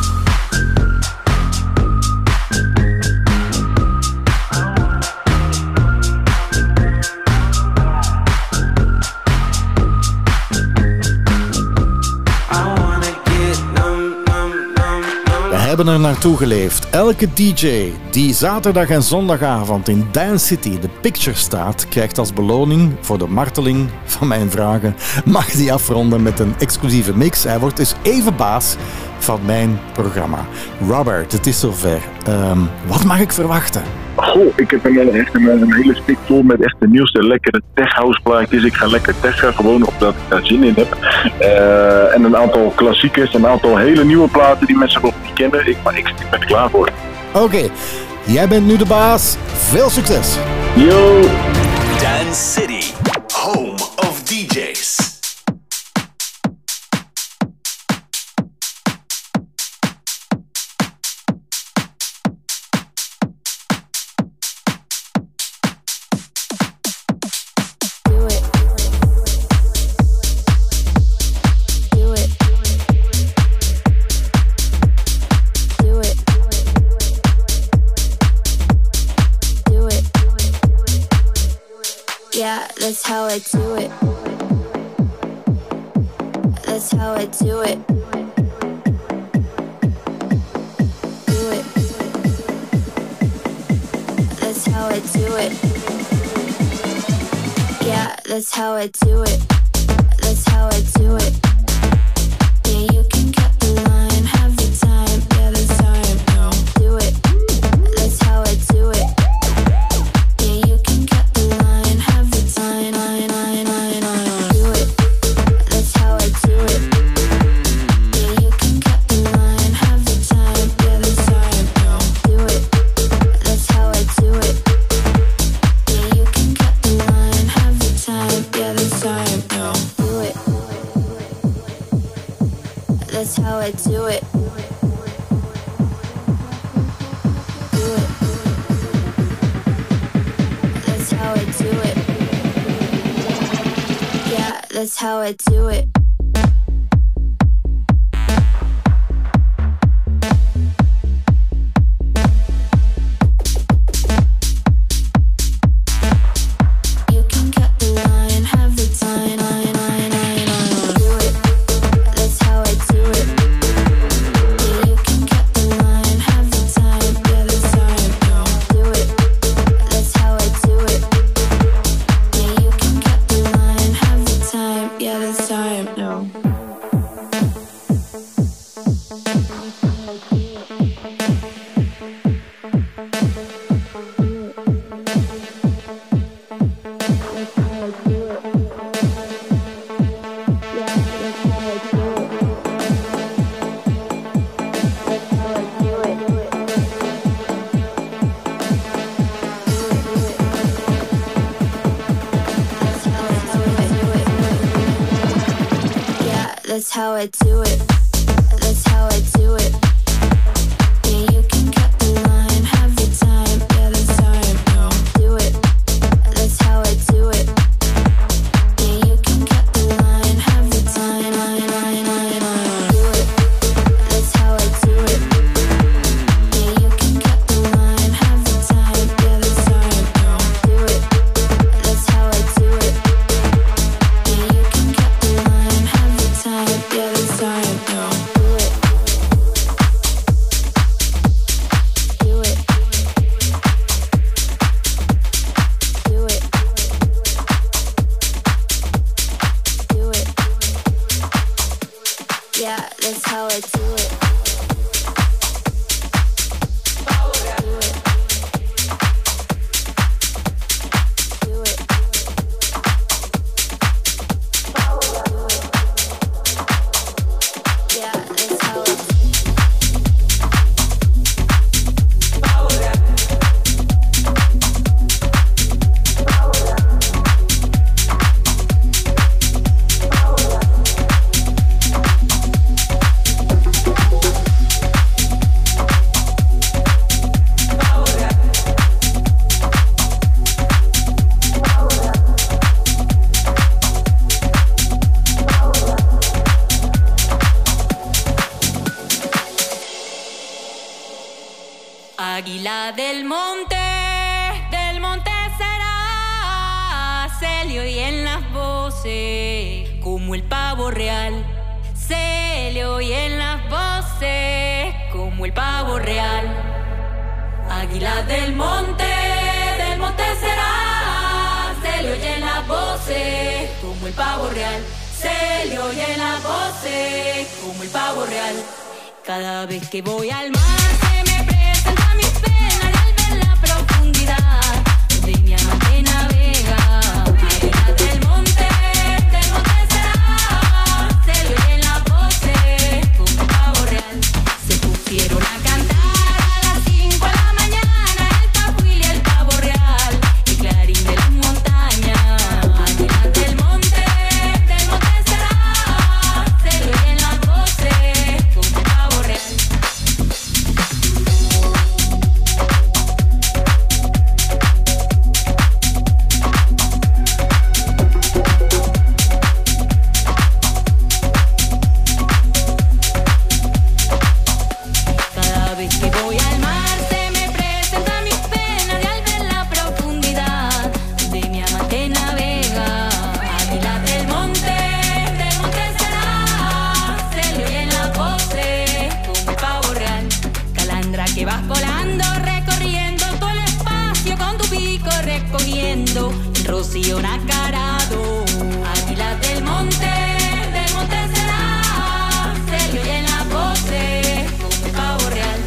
We hebben er naartoe geleefd. Elke DJ die zaterdag en zondagavond in Dance City de picture staat, krijgt als beloning voor de marteling van mijn vragen, mag die afronden met een exclusieve mix. Hij wordt dus even baas van mijn programma. Robert, het is zover. Wat mag ik verwachten?
Ik heb een hele stick vol met echt de nieuwste lekkere tech house plaatjes. Ik ga lekker techen, gewoon omdat ik daar zin in heb. En een aantal klassiekers, een aantal hele nieuwe platen die mensen nog niet kennen. Ik ben er klaar voor.
Oké, jij bent nu de baas. Veel succes!
Yo!
Dance City, home of DJs.
Yeah, that's how I do it. That's how I do it. Do it. That's how I do it. Yeah, that's how I do it. That's how I do it. Yeah, you can cut the line, have the time, yeah, the time. No, do it. That's how that's how I do it. That's how I do it. That's how I do it. Yeah, you can cut the line, have the time. Yeah, that's how I do it. That's how I do it. Yeah, you can cut the line, have the time. Do it. That's how I do it. Yeah, you can cut the line, have the time. Yeah, that's how I do it. That's how I do it. Yeah, you can cut the line, have the time. Yeah, that's how I do it. Yeah, that's how I do it.
Águila del monte será, se le oyen las voces como el pavo real, se le oyen las voces como el pavo real. Águila del monte será, se le oyen las voces como el pavo real, se le oyen las voces como el pavo real. Cada vez que voy al mar se me presenta mis penas y al ver la profundidad de mi amante navega. Águila del monte será, se le oyen las voces como el pavo real. Se pusieron a cantar a las 5 de la mañana el tahuil y el pavo real, el clarín de las montañas. Águila del monte será, se le oyen las voces como el pavo real. Cada vez que voy al mar se me presenta mis penas y al ver la profundidad de mi amante navega. Águila del monte será, se le oyen las voces como el pavo real. Calandra que vas volando, recorriendo todo el espacio con tu pico recogiendo el rocío nacarado. Águila del monte será, se le oyen las voces como el pavo real.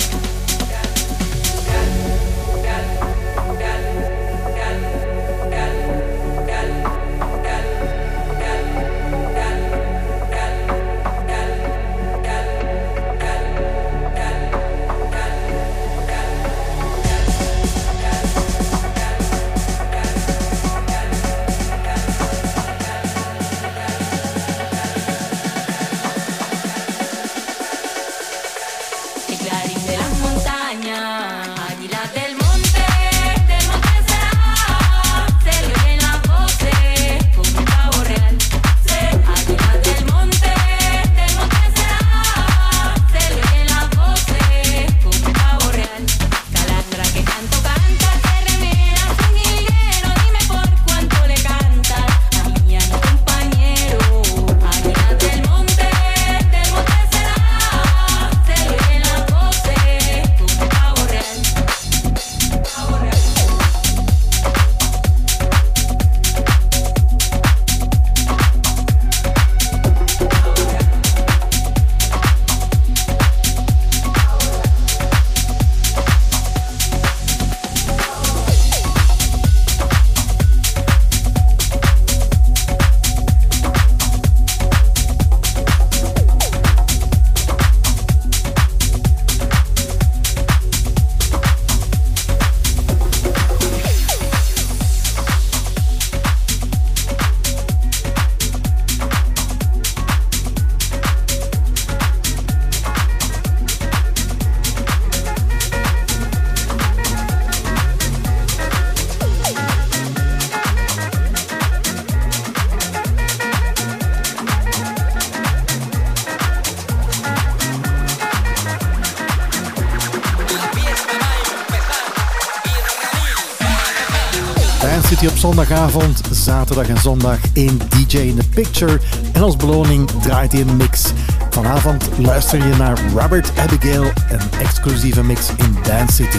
Dance City op zondagavond, zaterdag en zondag 1 DJ in the picture. En als beloning draait hij een mix. Vanavond luister je naar Robert Abigail, een exclusieve mix in Dance City.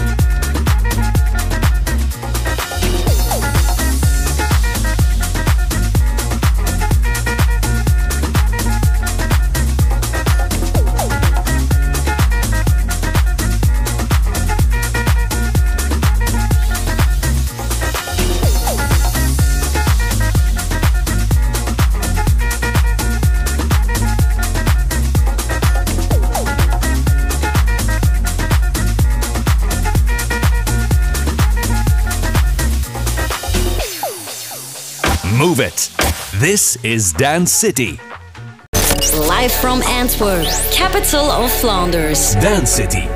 Move it. This is Dance City.
Live from Antwerp, capital of Flanders.
Dance City.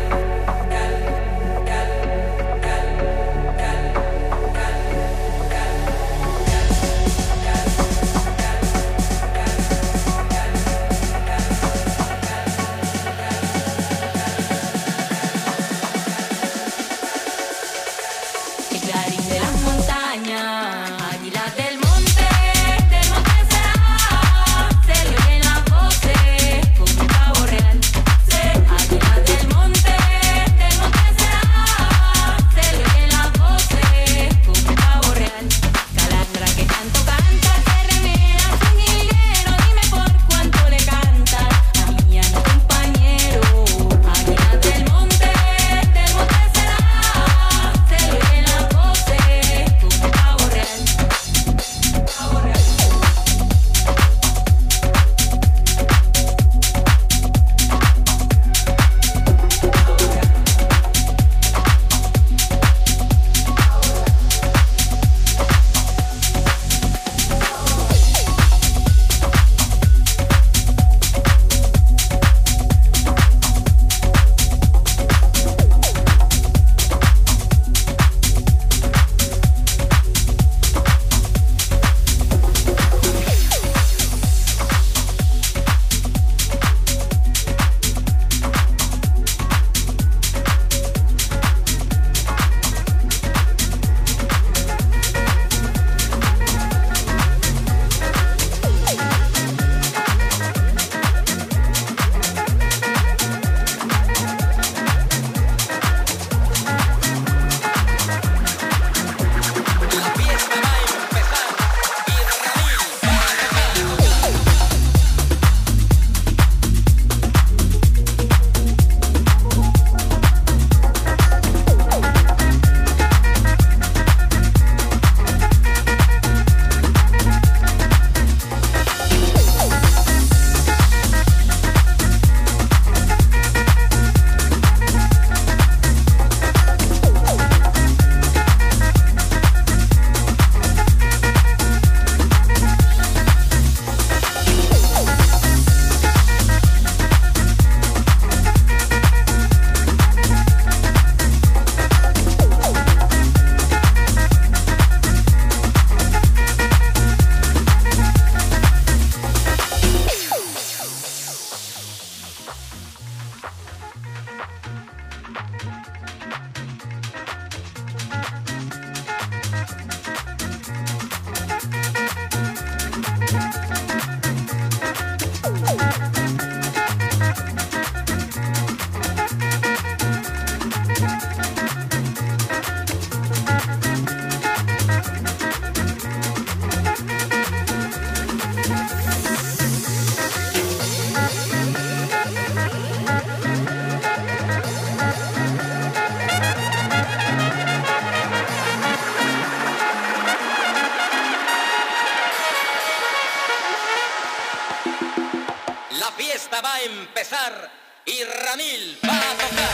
empezar y Ramil va a tocar.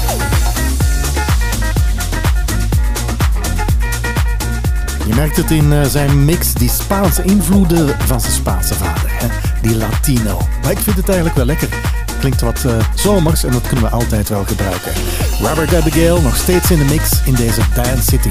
Je merkt het in zijn mix, die Spaanse invloeden van zijn Spaanse vader, hè? Die Latino. Maar ik vind het eigenlijk wel lekker. Klinkt wat zomers en dat kunnen we altijd wel gebruiken. Robert Abigail nog steeds in de mix in deze Dance City.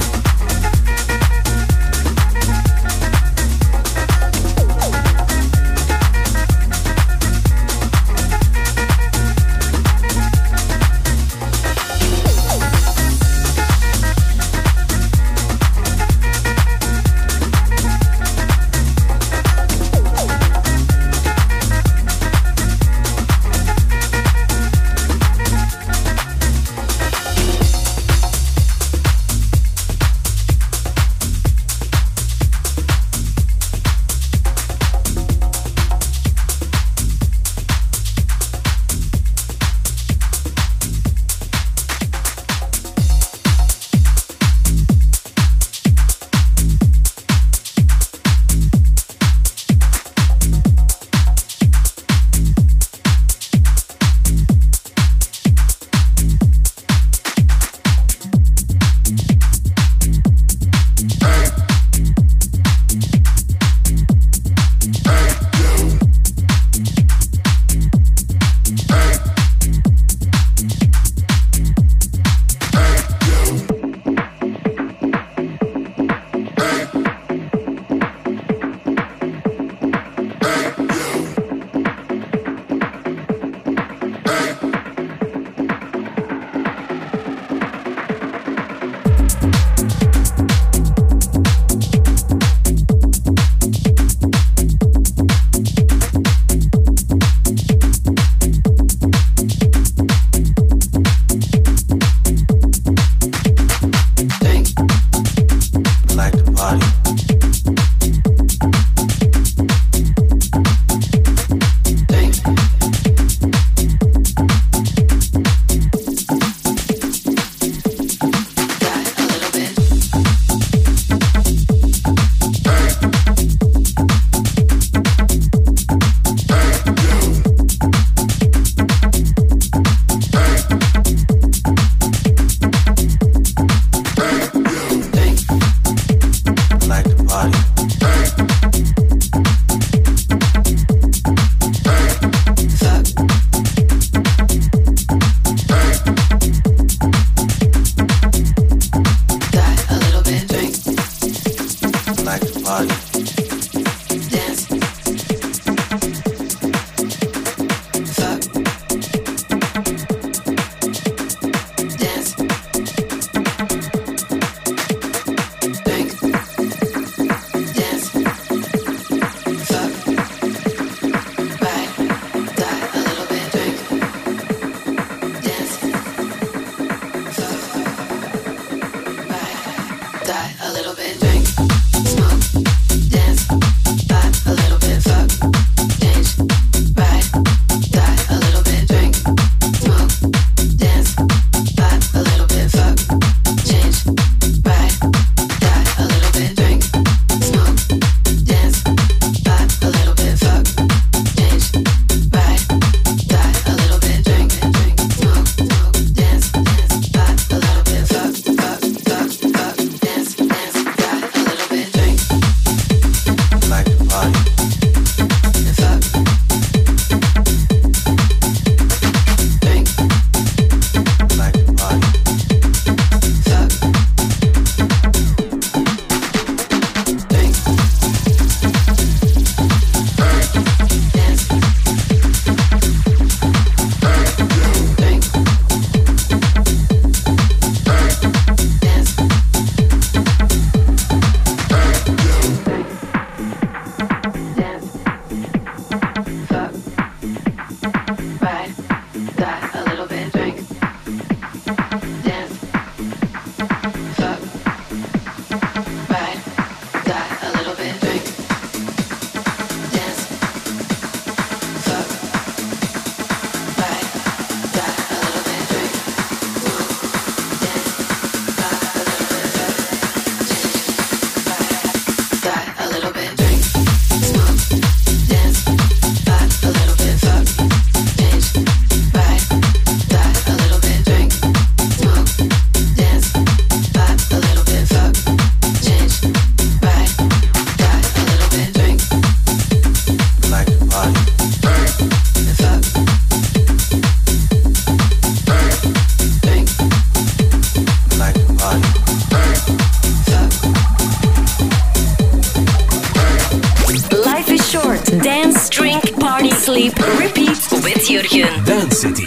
Sleep, Repeat with Jurgen.
Dance City.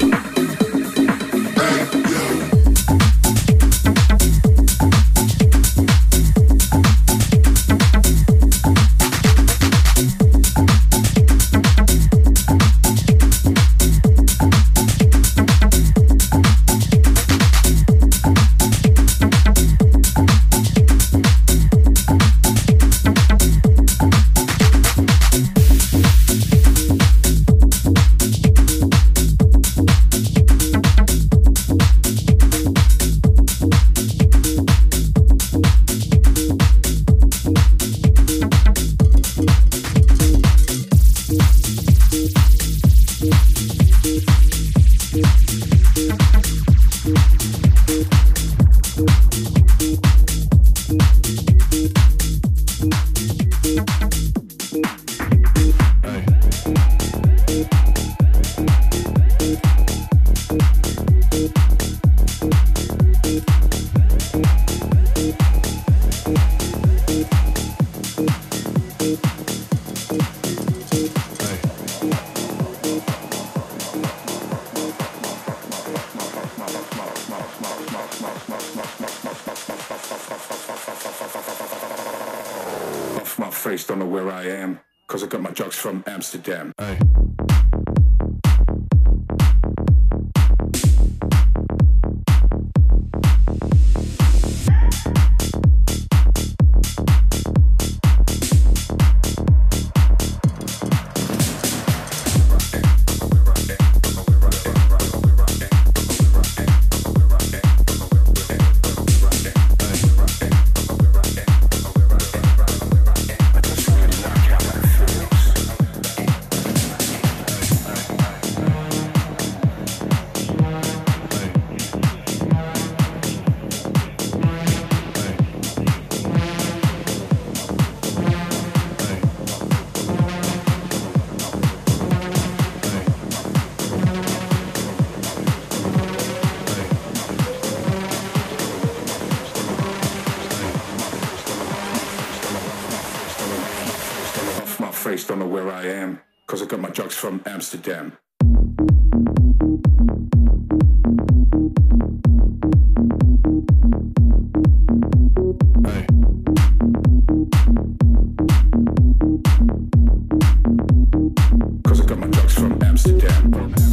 Don't know where I am, cause I got my drugs from Amsterdam. Hey. Don't know where I am, cause I got my drugs from Amsterdam. Cause I got my drugs from Amsterdam.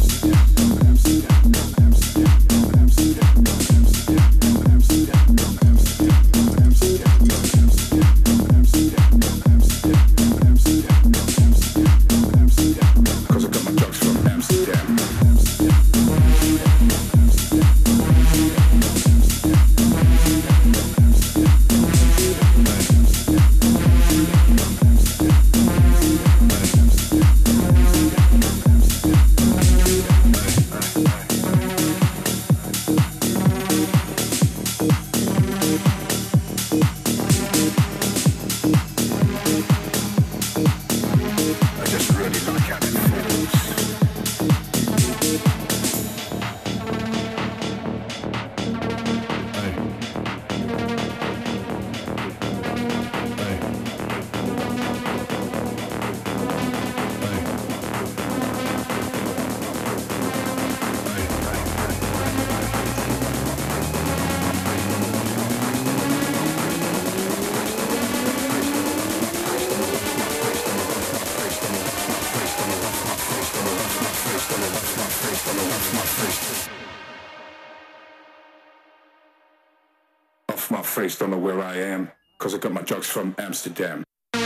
Off my face, don't know where I am, cause I got my drugs from Amsterdam.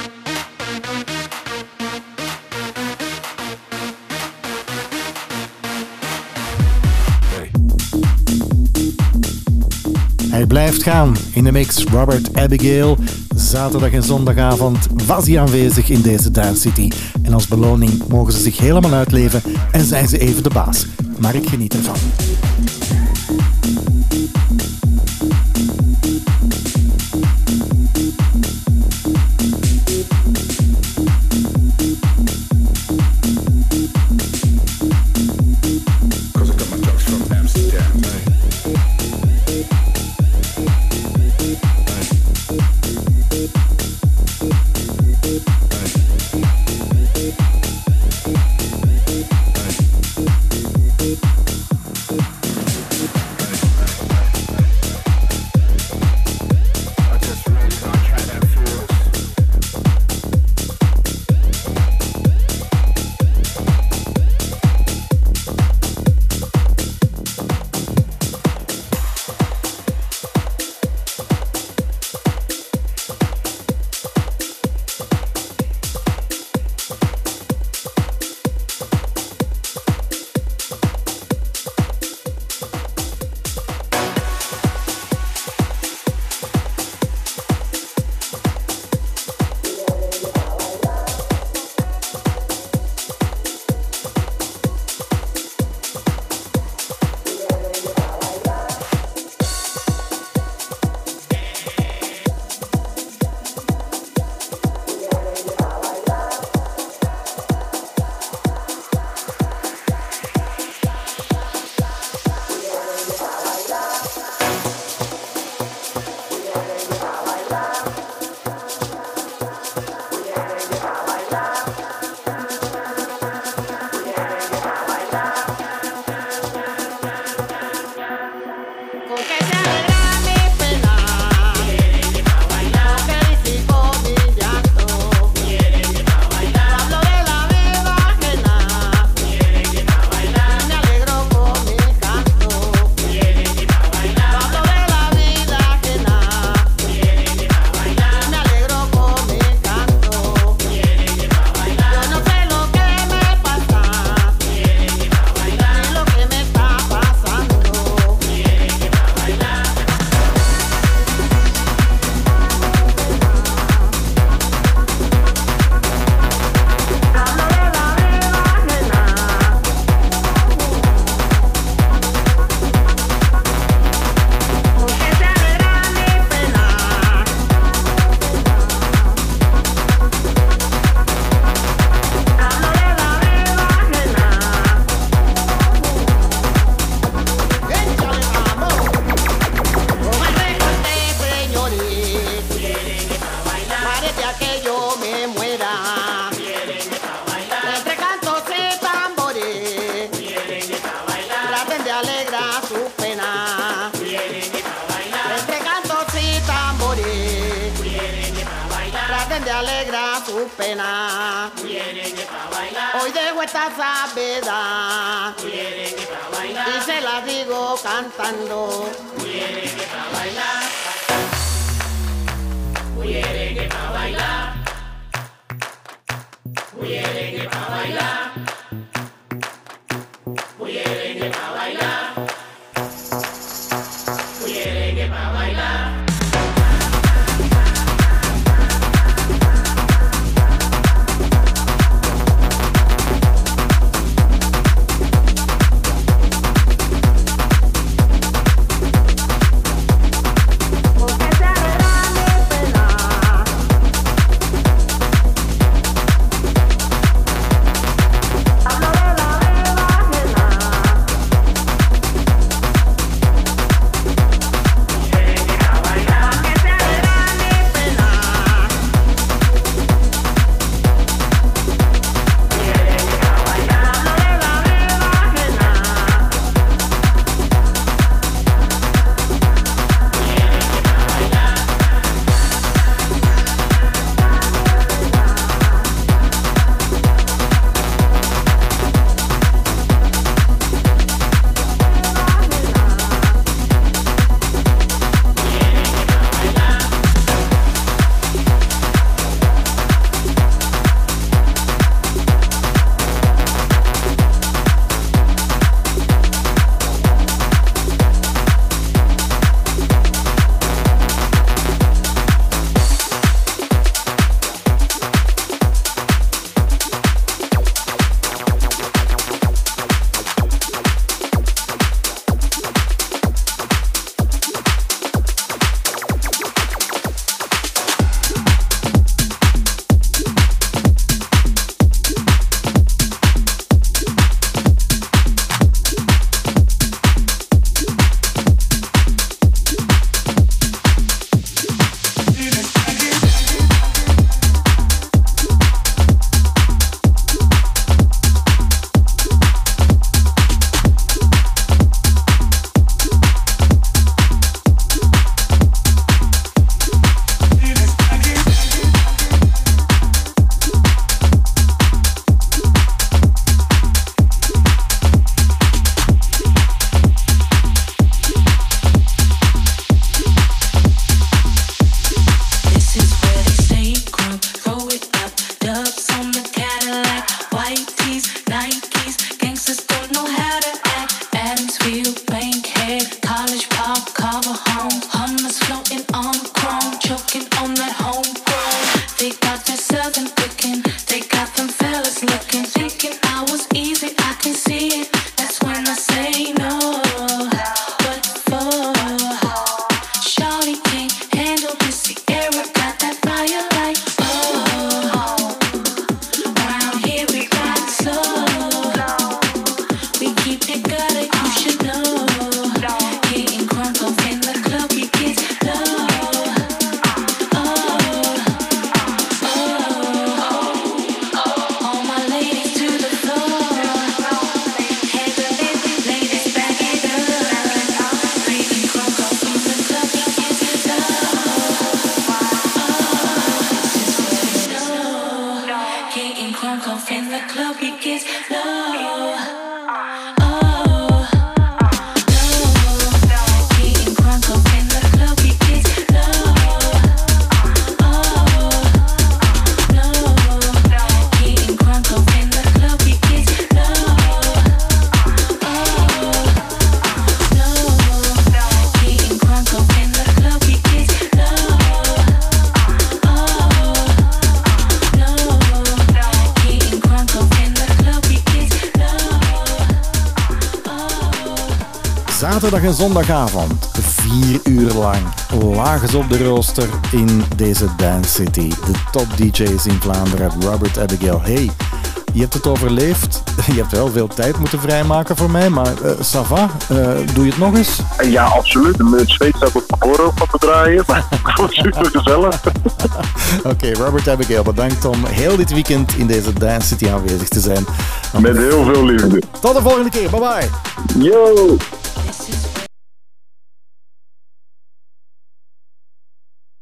Hij blijft gaan in de mix. Robert Abigail. Zaterdag en zondagavond was hij aanwezig in deze Dance City. En als beloning mogen ze zich helemaal uitleven en zijn ze even de baas. Maar ik geniet ervan.
le alegra su pena.
Merengue pa' bailar.
Hoy dejo esta sabedad.
Merengue pa' bailar.
Y se la digo cantando.
Merengue pa' bailar. Merengue pa' bailar. Merengue pa' bailar. Merengue pa' bailar. Merengue pa' bailar.
Zaterdag en zondagavond, 4 uur lang, lagen ze op de rooster in deze Dance City. De top DJ's in Vlaanderen, Robert Abigail. Hey, je hebt het overleefd. Je hebt wel veel tijd moeten vrijmaken voor mij, maar ça va? Doe je het nog eens?
Ja, absoluut. Met Zweet staat op de koren van te draaien, maar het was super gezellig.
Oké, Robert Abigail, bedankt om heel dit weekend in deze Dance City aanwezig te zijn.
Met heel veel liefde.
Tot de volgende keer, bye bye.
Yo!